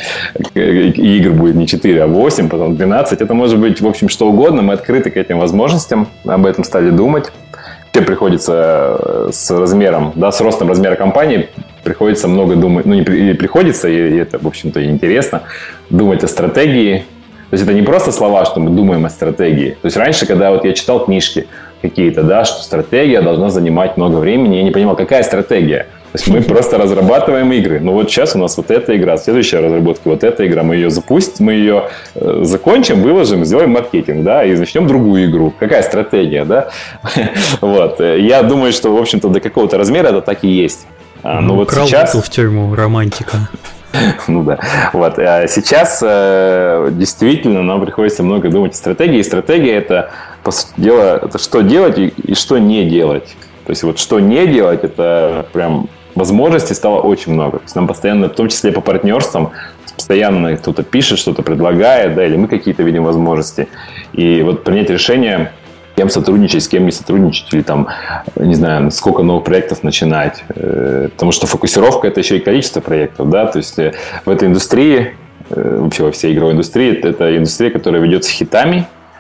Speaker 4: игр будет не 4, а 8, потом 12. Это может быть, в общем, что угодно. Мы открыты к этим возможностям, об этом стали думать. Вообще приходится с размером, да, с ростом размера компании приходится много думать, ну, не приходится, и это, в общем-то, интересно, думать о стратегии. То есть это не просто слова, что мы думаем о стратегии. То есть раньше, когда вот я читал книжки какие-то, да, что стратегия должна занимать много времени, я не понимал, какая стратегия. То есть мы просто разрабатываем игры. Ну вот сейчас у нас вот эта игра, следующая разработка вот эта игра, мы ее запустим, мы ее закончим, выложим, сделаем маркетинг, да, и начнем другую игру. Какая стратегия, да? Вот. Я думаю, что, в общем-то, до какого-то размера это так и есть.
Speaker 1: Ну вот сейчас... в тюрьму, романтика.
Speaker 4: Ну да. Вот. А сейчас действительно нам приходится много думать о стратегии. И стратегия это, по сути дела, это что делать и что не делать. То есть вот что не делать, это прям возможностей стало очень много. То есть нам постоянно, в том числе по партнерствам, постоянно кто-то пишет, что-то предлагает, да, или мы какие-то видим возможности. И вот принять решение, с кем сотрудничать, с кем не сотрудничать, или там, не знаю, сколько новых проектов начинать. Потому что фокусировка – это еще и количество проектов, да, то есть в этой индустрии, вообще во всей игровой индустрии, это индустрия, которая ведется хитами,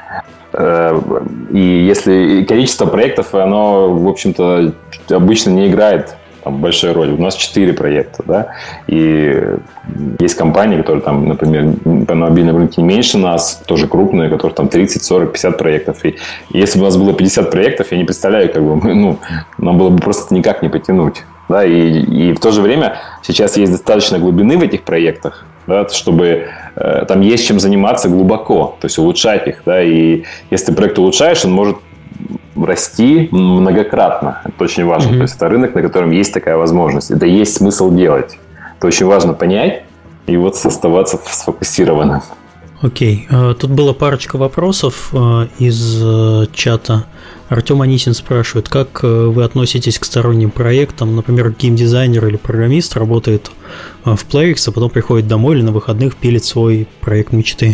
Speaker 4: И если количество проектов, оно, в общем-то, обычно не играет там большую роль. У нас 4 проекта, да, и есть компании, которые там, например, по мобильному рынку меньше нас, тоже крупные, которые там 30, 40, 50 проектов. И если бы у нас было 50 проектов, я не представляю, как бы, нам было бы просто никак не потянуть. Да, и в то же время сейчас есть достаточно глубины в этих проектах, да, чтобы там есть чем заниматься глубоко, то есть улучшать их. Да, и если проект улучшаешь, он может расти многократно. Это очень важно. То есть это рынок, на котором есть такая возможность. Это есть смысл делать. Это очень важно понять и вот оставаться сфокусированным.
Speaker 1: Окей. Тут была парочка вопросов из чата. Артем Анисин спрашивает, как вы относитесь к сторонним проектам? Например, геймдизайнер или программист работает в Playrix, а потом приходит домой или на выходных пилит свой проект мечты.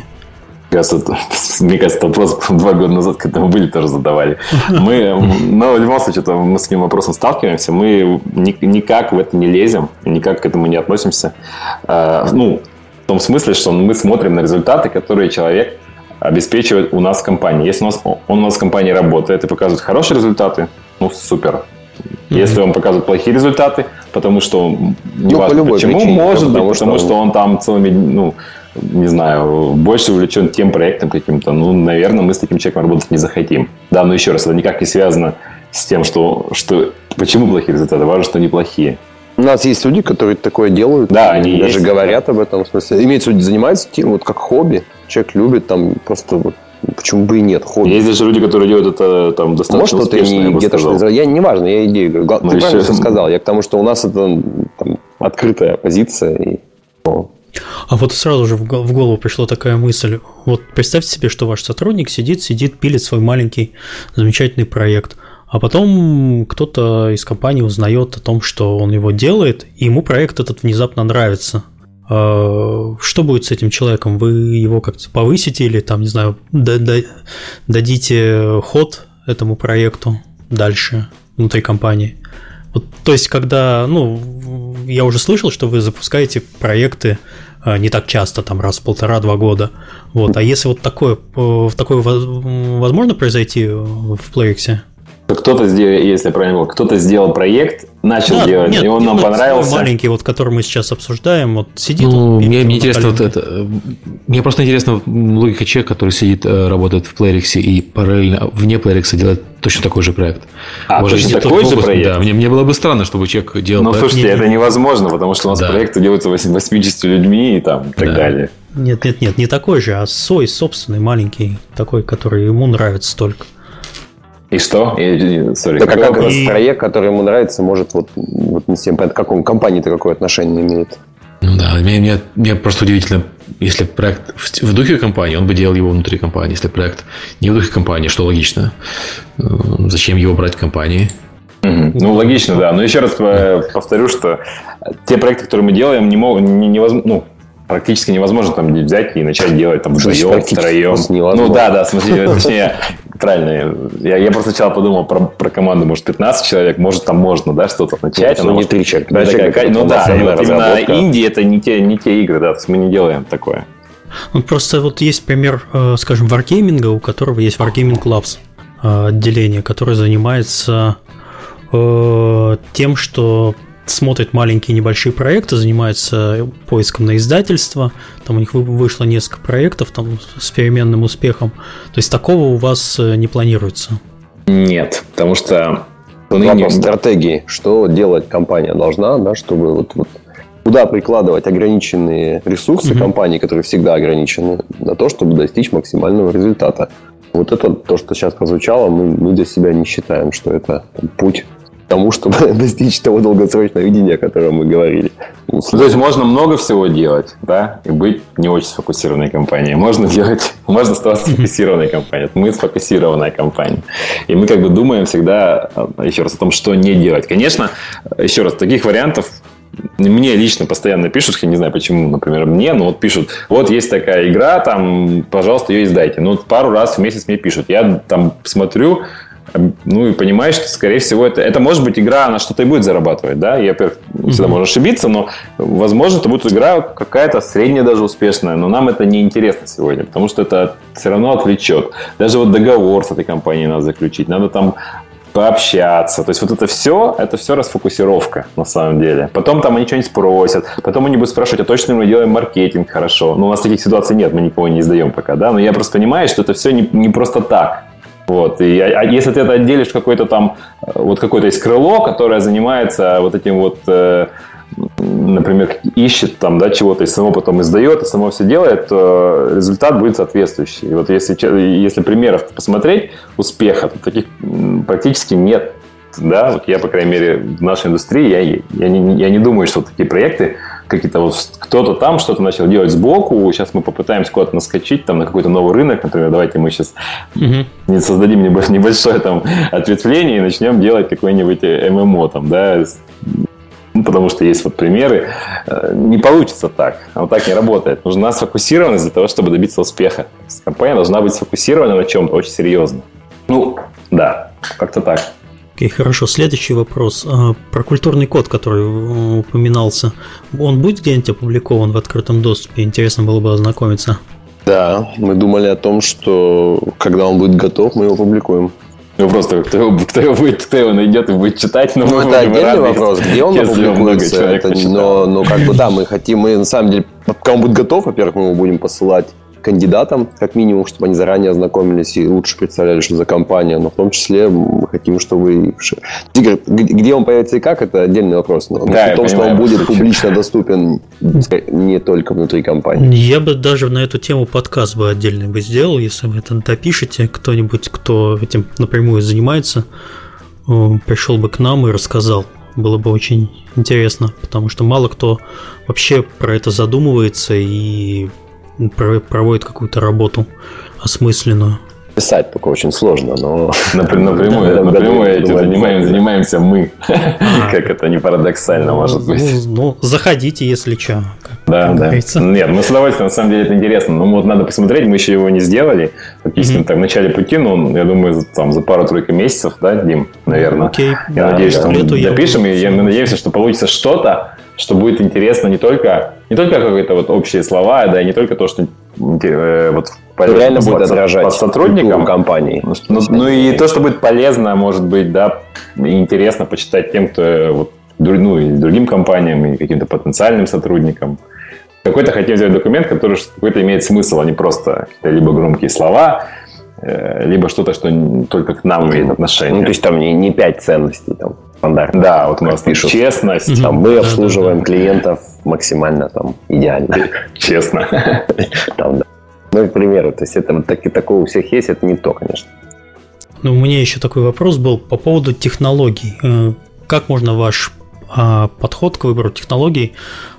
Speaker 4: Мне кажется, вопрос 2 года назад, когда мы были, тоже задавали. Но в любом случае, мы с этим вопросом сталкиваемся, мы никак в это не лезем, никак к этому не относимся. В том смысле, что мы смотрим на результаты, которые человек обеспечивает у нас в компании. Если он у нас в компании работает и показывает хорошие результаты, супер. Если он показывает плохие результаты, потому что неважно почему, может быть, потому что он там целыми, не знаю, больше увлечен тем проектом каким-то, наверное, мы с таким человеком работать не захотим. Да, но еще раз, это никак не связано с тем, что почему плохие результаты, важно, что они плохие.
Speaker 3: У нас есть люди, которые такое делают,
Speaker 4: да, они
Speaker 3: даже говорят об этом, в смысле, имеется в виду, занимаются тем, вот как хобби, человек любит, там просто почему бы и нет, хобби.
Speaker 4: Есть даже люди, которые делают это там достаточно успешно, я бы сказал.
Speaker 3: Неважно, я идею говорю. Ты правильно все сказал. Я к тому, что у нас это там открытая позиция.
Speaker 1: А вот сразу же в голову пришла такая мысль. Вот представьте себе, что ваш сотрудник сидит, пилит свой маленький замечательный проект. А потом кто-то из компании узнает о том, что он его делает, и ему проект этот внезапно нравится. Что будет с этим человеком? Вы его как-то повысите или, там, не знаю, дадите ход этому проекту дальше внутри компании? Вот, то есть, когда, я уже слышал, что вы запускаете проекты не так часто, там раз в 1,5-2 года. Вот. А если вот такое возможно произойти в Playrix?
Speaker 4: Кто-то сделал, если я правильно понял, кто-то сделал проект, начал делать, и он нам понравился.
Speaker 1: Маленький, вот, который мы сейчас обсуждаем, вот сидит.
Speaker 2: Мне интересно вот это. Мне просто интересно логика человека, который сидит, работает в Playrix и параллельно вне Playrix делает точно такой же проект.
Speaker 4: Точно такой же проект?
Speaker 2: Да, мне было бы странно, чтобы человек делал проект.
Speaker 4: Слушайте, это невозможно, потому что у нас проекты делаются 80 людьми и так далее.
Speaker 1: Нет, не такой же, а свой собственный маленький, такой, который ему нравится только.
Speaker 4: И что?
Speaker 3: Как проект, который ему нравится, может вот не всем понятно, как он компании-то какое отношение имеет.
Speaker 2: Мне просто удивительно, если проект в духе компании, он бы делал его внутри компании. Если проект не в духе компании, что логично? Зачем его брать в компании?
Speaker 4: Логично, да. Но еще раз повторю, что те проекты, которые мы делаем, невозможно, практически невозможно там взять и начать делать там вдвоем, втроем. В смысле, точнее, правильно. Я просто сначала подумал про команду, может, 15 человек, может, там можно, да, что-то начать.
Speaker 3: Не 3 человека.
Speaker 4: Именно Индия это не те игры, да, то есть мы не делаем такое.
Speaker 1: Просто вот есть пример, скажем, Wargaming, у которого есть Wargaming Labs отделение, которое занимается тем, что смотрит маленькие небольшие проекты, занимается поиском на издательство. Там у них вышло несколько проектов там, с переменным успехом. То есть такого у вас не планируется?
Speaker 4: Нет, потому что...
Speaker 3: Вопрос стратегии. Что делать компания должна, да, чтобы вот куда прикладывать ограниченные ресурсы компании, которые всегда ограничены, на то, чтобы достичь максимального результата. Вот это то, что сейчас прозвучало, мы для себя не считаем, что это путь к тому, чтобы достичь того долгосрочного видения, о котором мы говорили.
Speaker 4: То есть можно много всего делать, да, и быть не очень сфокусированной компанией. Можно оставаться сфокусированной компанией. Мы сфокусированная компания. И мы как бы думаем всегда, еще раз, о том, что не делать. Конечно, еще раз, таких вариантов мне лично постоянно пишут, я не знаю почему, например, мне, но вот пишут, вот есть такая игра, там, пожалуйста, ее издайте. Пару раз в месяц мне пишут. Я там смотрю, ну и понимаешь, что, скорее всего, это может быть игра, она что-то и будет зарабатывать, да, я, во-первых, всегда можно ошибиться, но, возможно, это будет игра какая-то средняя даже успешная, но нам это не интересно сегодня, потому что это все равно отвлечет. Даже вот договор с этой компанией надо заключить, надо там пообщаться. То есть вот это все расфокусировка на самом деле. Потом там они что-нибудь спросят, потом они будут спрашивать, а точно мы делаем маркетинг хорошо. Ну, у нас таких ситуаций нет, мы никого не издаем пока, да, но я просто понимаю, что это все не просто так. Вот. А если ты это отделишь какой-то там, вот какое-то есть крыло, которое занимается вот этим вот, например, ищет там, да, чего-то и само потом издает, и само все делает, то результат будет соответствующий. И вот если примеров посмотреть успеха, то таких практически нет. Да? Вот я, по крайней мере, в нашей индустрии, я не думаю, что вот такие проекты, какие-то вот кто-то там что-то начал делать сбоку, сейчас мы попытаемся куда-то наскочить там, на какой-то новый рынок, например, давайте мы сейчас не создадим небольшое там ответвление и начнем делать какой-нибудь ММО там, да, потому что есть вот примеры. Не получится так. Оно так не работает. Нужна сфокусированность для того, чтобы добиться успеха. Компания должна быть сфокусирована на чем-то очень серьезно. Ну, да, как-то так.
Speaker 1: Окей, хорошо. Следующий вопрос. Про культурный код, который упоминался. Он будет где-нибудь опубликован в открытом доступе? Интересно было бы ознакомиться.
Speaker 5: Да, мы думали о том, что когда он будет готов, мы его опубликуем.
Speaker 4: Ну, просто кто его найдет и будет читать, но
Speaker 5: ну, это отдельный вопрос, где он опубликуется. Но как бы да, мы на самом деле, пока он будет готов, во-первых, мы его будем посылать кандидатам, как минимум, чтобы они заранее ознакомились и лучше представляли, что за компания, но в том числе мы хотим, чтобы... Где он появится и как, это отдельный вопрос. Но да, в том, что он будет публично доступен не только внутри компании.
Speaker 1: Я бы даже на эту тему подкаст бы отдельный бы сделал, если вы это допишете, кто-нибудь, кто этим напрямую занимается, пришел бы к нам и рассказал. Было бы очень интересно, потому что мало кто вообще про это задумывается и проводит какую-то работу осмысленную.
Speaker 5: Писать пока очень сложно, но...
Speaker 4: Напрямую этим занимаемся мы. Как это не парадоксально может быть.
Speaker 1: Ну, заходите, если что.
Speaker 4: Да. Нет, мы с удовольствием, на самом деле это интересно. Но вот надо посмотреть, мы еще его не сделали. Фактически в начале пути, но я думаю, там за пару-тройку месяцев, да, Дим, наверное. Я надеюсь, что мы допишем, и мы надеемся, что получится что-то, что будет интересно не только какие-то вот общие слова, да, и не только то, что вот
Speaker 5: реально будет отражать
Speaker 4: по сотрудникам
Speaker 5: компании.
Speaker 4: Ну и то, что будет полезно, может быть, да, и интересно почитать тем, кто вот, ну, и другим компаниям, и каким-то потенциальным сотрудникам. Какой-то хотим сделать документ, который какой-то имеет смысл, а не просто либо громкие слова, либо что-то, что только к нам имеет отношение.
Speaker 5: Ну, то есть там не 5 ценностей, там, стандартно.
Speaker 4: Да, вот у нас пишут честность.
Speaker 5: Там мы обслуживаем клиентов максимально там идеально.
Speaker 4: Честно.
Speaker 5: Там, да. Ну, к примеру, то есть это вот такое у всех есть, это не то, конечно.
Speaker 1: Ну, у меня еще такой вопрос был по поводу технологий. Как можно ваш подход к выбору технологий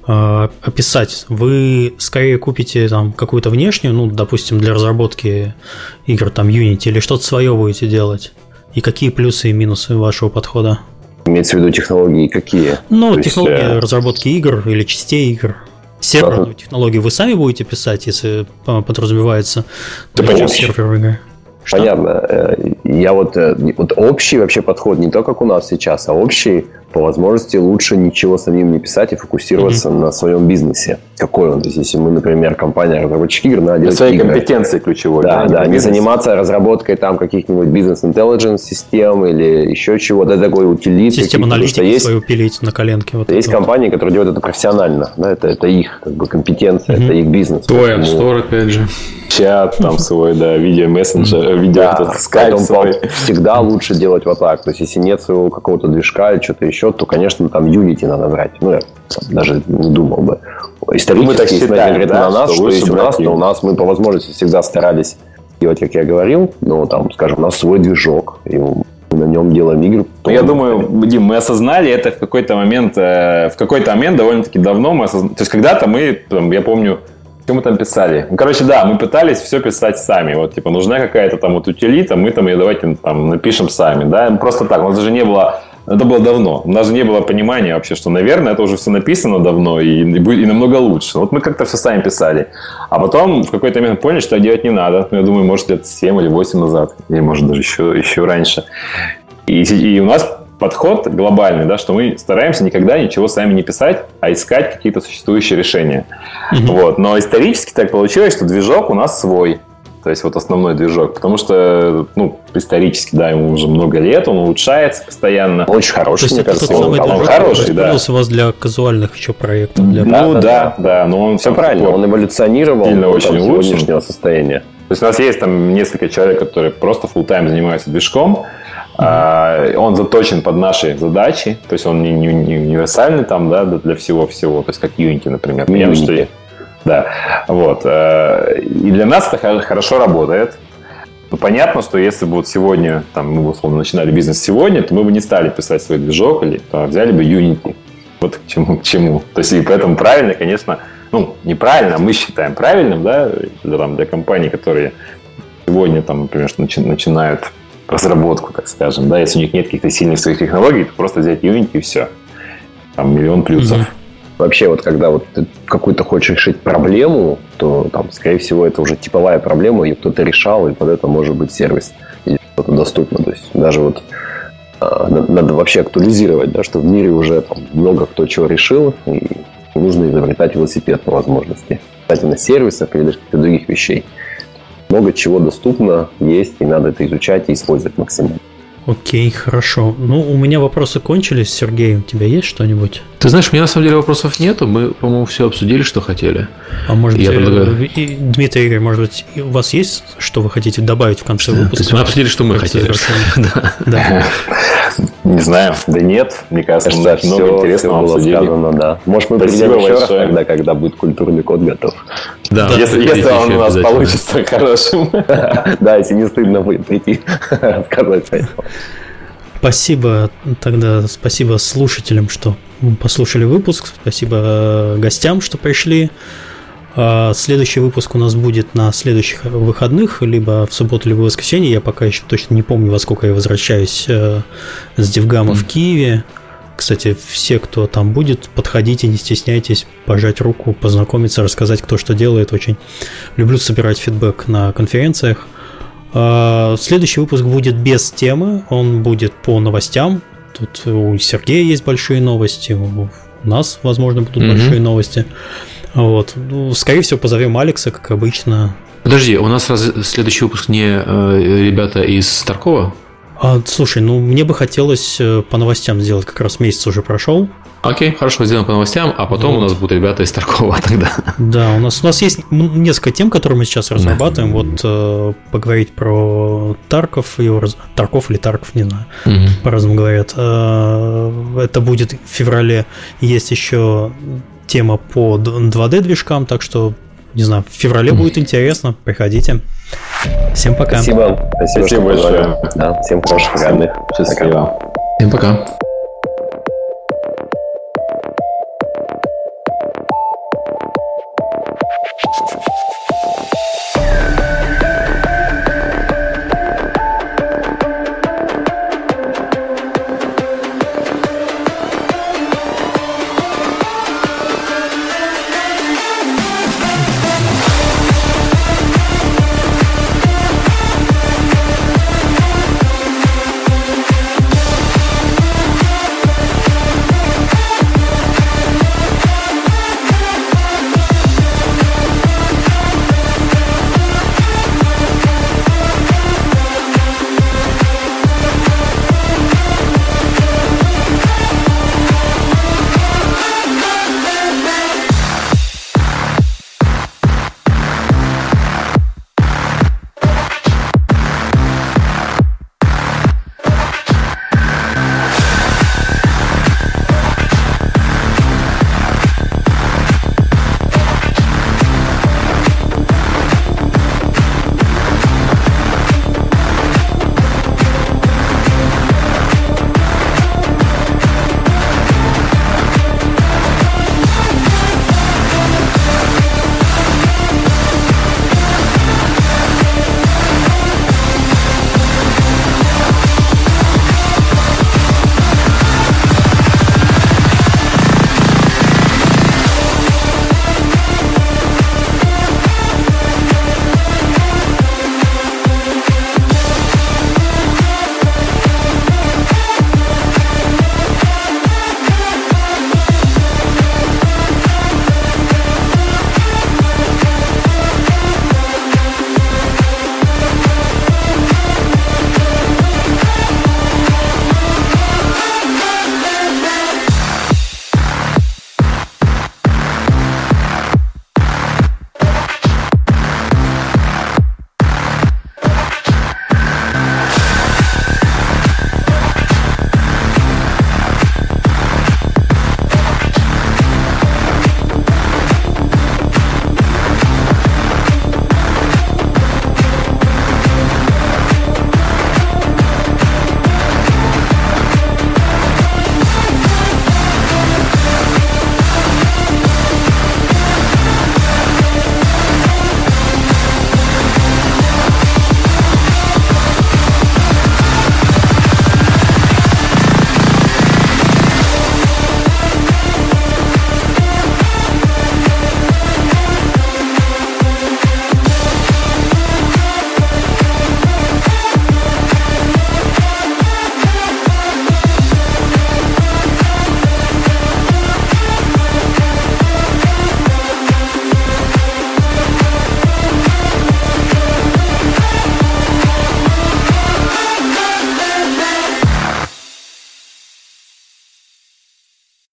Speaker 1: описать? Вы скорее купите там какую-то внешнюю, ну, допустим, для разработки игр там Unity, или что-то свое будете делать? И какие плюсы и минусы вашего подхода?
Speaker 5: Имеется в виду технологии какие?
Speaker 1: Ну, технологии разработки игр или частей игр. Серверную технологию вы сами будете писать, если подразумевается сервер игры?
Speaker 5: Понятно. Я вот общий вообще подход, не то, как у нас сейчас, а общий, по возможности лучше ничего самим не писать и фокусироваться на своем бизнесе. Какой он? То есть, если мы, например, компания разработчик игр, надо делать
Speaker 4: своей компетенции ключевой.
Speaker 5: Да, не заниматься разработкой там каких-нибудь бизнес-интеллигенс систем или еще чего-то, такой утилит.
Speaker 1: Систему аналитики свою пилить на коленке. Вот
Speaker 5: есть компании, которые делают это профессионально. Да, это их как бы компетенция, это их бизнес.
Speaker 2: Твой App Store, опять же.
Speaker 4: Чат там свой, да, видео-мессенджер,
Speaker 5: скайп свой. Всегда лучше делать вот так. То есть, если нет своего какого-то движка или что-то еще, то, конечно, там Unity надо брать. Ну, я даже не думал бы. Исторически, если конкретно на нас, что есть у нас, то у нас мы по возможности всегда старались делать, как я говорил, но там, скажем, у нас свой движок, и мы на нем делаем игры.
Speaker 4: Я думаю, Дим, мы осознали это в какой-то момент довольно-таки давно мы осознали. То есть, когда-то мы, я помню, что мы там писали? Ну, короче, да, мы пытались все писать сами. Вот, типа, нужна какая-то там вот утилита, мы там ее давайте там напишем сами, да, просто так. У нас даже не было Это было давно. У нас же не было понимания вообще, что, наверное, это уже все написано давно и намного лучше. Вот мы как-то все сами писали. А потом в какой-то момент поняли, что делать не надо. Я думаю, может, лет 7 или 8 назад. Или, может, даже еще раньше. И у нас подход глобальный, да, что мы стараемся никогда ничего сами не писать, а искать какие-то существующие решения. Вот. Но исторически так получилось, что движок у нас свой. То есть вот основной движок. Потому что, исторически, да, ему уже много лет, он улучшается постоянно. Очень хороший, мне кажется.
Speaker 1: Он хороший, да. Он у вас для казуальных еще проектов.
Speaker 4: Да. Но он
Speaker 5: все правильно, он эволюционировал
Speaker 4: сильно очень
Speaker 5: до сегодняшнего состояния.
Speaker 4: То есть у нас есть там несколько человек, которые просто full-time занимаются движком. Он заточен под наши задачи. То есть он не универсальный там, да, для всего-всего. То есть как Unity, например. Понятно, что да, вот. И для нас это хорошо работает. Но понятно, что если бы вот сегодня, там, мы бы, условно, начинали бизнес сегодня, то мы бы не стали писать свой движок, или взяли бы Unity. Вот к чему. То есть, и поэтому правильно, конечно, неправильно, мы считаем правильным, да, для компаний, которые сегодня, там, например, начинают разработку, так скажем, да, если у них нет каких-то сильных своих технологий, то просто взять Unity и все. Там миллион плюсов.
Speaker 5: Вообще, вот когда вот ты какую-то хочешь решить проблему, то там, скорее всего, это уже типовая проблема, ее кто-то решал, и под это может быть сервис или что-то доступно. То есть даже вот надо вообще актуализировать, да, что в мире уже там много кто чего решил, и не нужно изобретать велосипед по возможности. Кстати, сервисов или даже каких-то других вещей. Много чего доступно, есть, и надо это изучать и использовать максимально.
Speaker 1: Окей, хорошо. У меня вопросы кончились. Сергей, у тебя есть что-нибудь?
Speaker 2: Ты знаешь, у меня на самом деле вопросов нету. Мы, по-моему, все обсудили, что хотели.
Speaker 1: А может быть, Дмитрий Игорь, может быть, у вас есть, что вы хотите добавить в конце выпуска?
Speaker 2: То есть мы обсудили, что мы хотели.
Speaker 1: Да.
Speaker 4: Не знаю, да нет. Мне кажется, много интересного обсудили.
Speaker 5: Может, мы придем еще раз тогда, когда будет культурный код готов.
Speaker 2: Да,
Speaker 4: если он у нас получится хорошим.
Speaker 5: Да, если не стыдно будет прийти рассказать про это.
Speaker 1: Спасибо слушателям, что послушали выпуск. Спасибо гостям, что пришли. Следующий выпуск у нас будет на следующих выходных, либо в субботу, либо в воскресенье. Я пока еще точно не помню, во сколько я возвращаюсь с Девгама в Киеве. Кстати, все, кто там будет, подходите, не стесняйтесь, пожать руку, познакомиться, рассказать, кто что делает. Очень люблю собирать фидбэк на конференциях. Следующий выпуск будет без темы, он будет по новостям. Тут у Сергея есть большие новости, у нас, возможно, будут большие новости. Вот. Скорее всего, позовем Алекса, как обычно.
Speaker 2: Подожди, у нас следующий выпуск не ребята из Таркова?
Speaker 1: Слушай, мне бы хотелось по новостям сделать, как раз месяц уже прошел.
Speaker 2: Окей, хорошо, сделаем по новостям, а потом у нас будут ребята из Таркова тогда.
Speaker 1: Да, у нас есть несколько тем, которые мы сейчас разрабатываем. Вот поговорить про Тарков или Тарков, не знаю, по-разному говорят. Это будет в феврале. Есть еще тема по 2D-движкам, так что, не знаю, в феврале будет интересно. Приходите. Всем пока.
Speaker 5: Спасибо большое.
Speaker 3: Да, всем хороших выходных.
Speaker 4: Счастливо.
Speaker 2: Всем пока.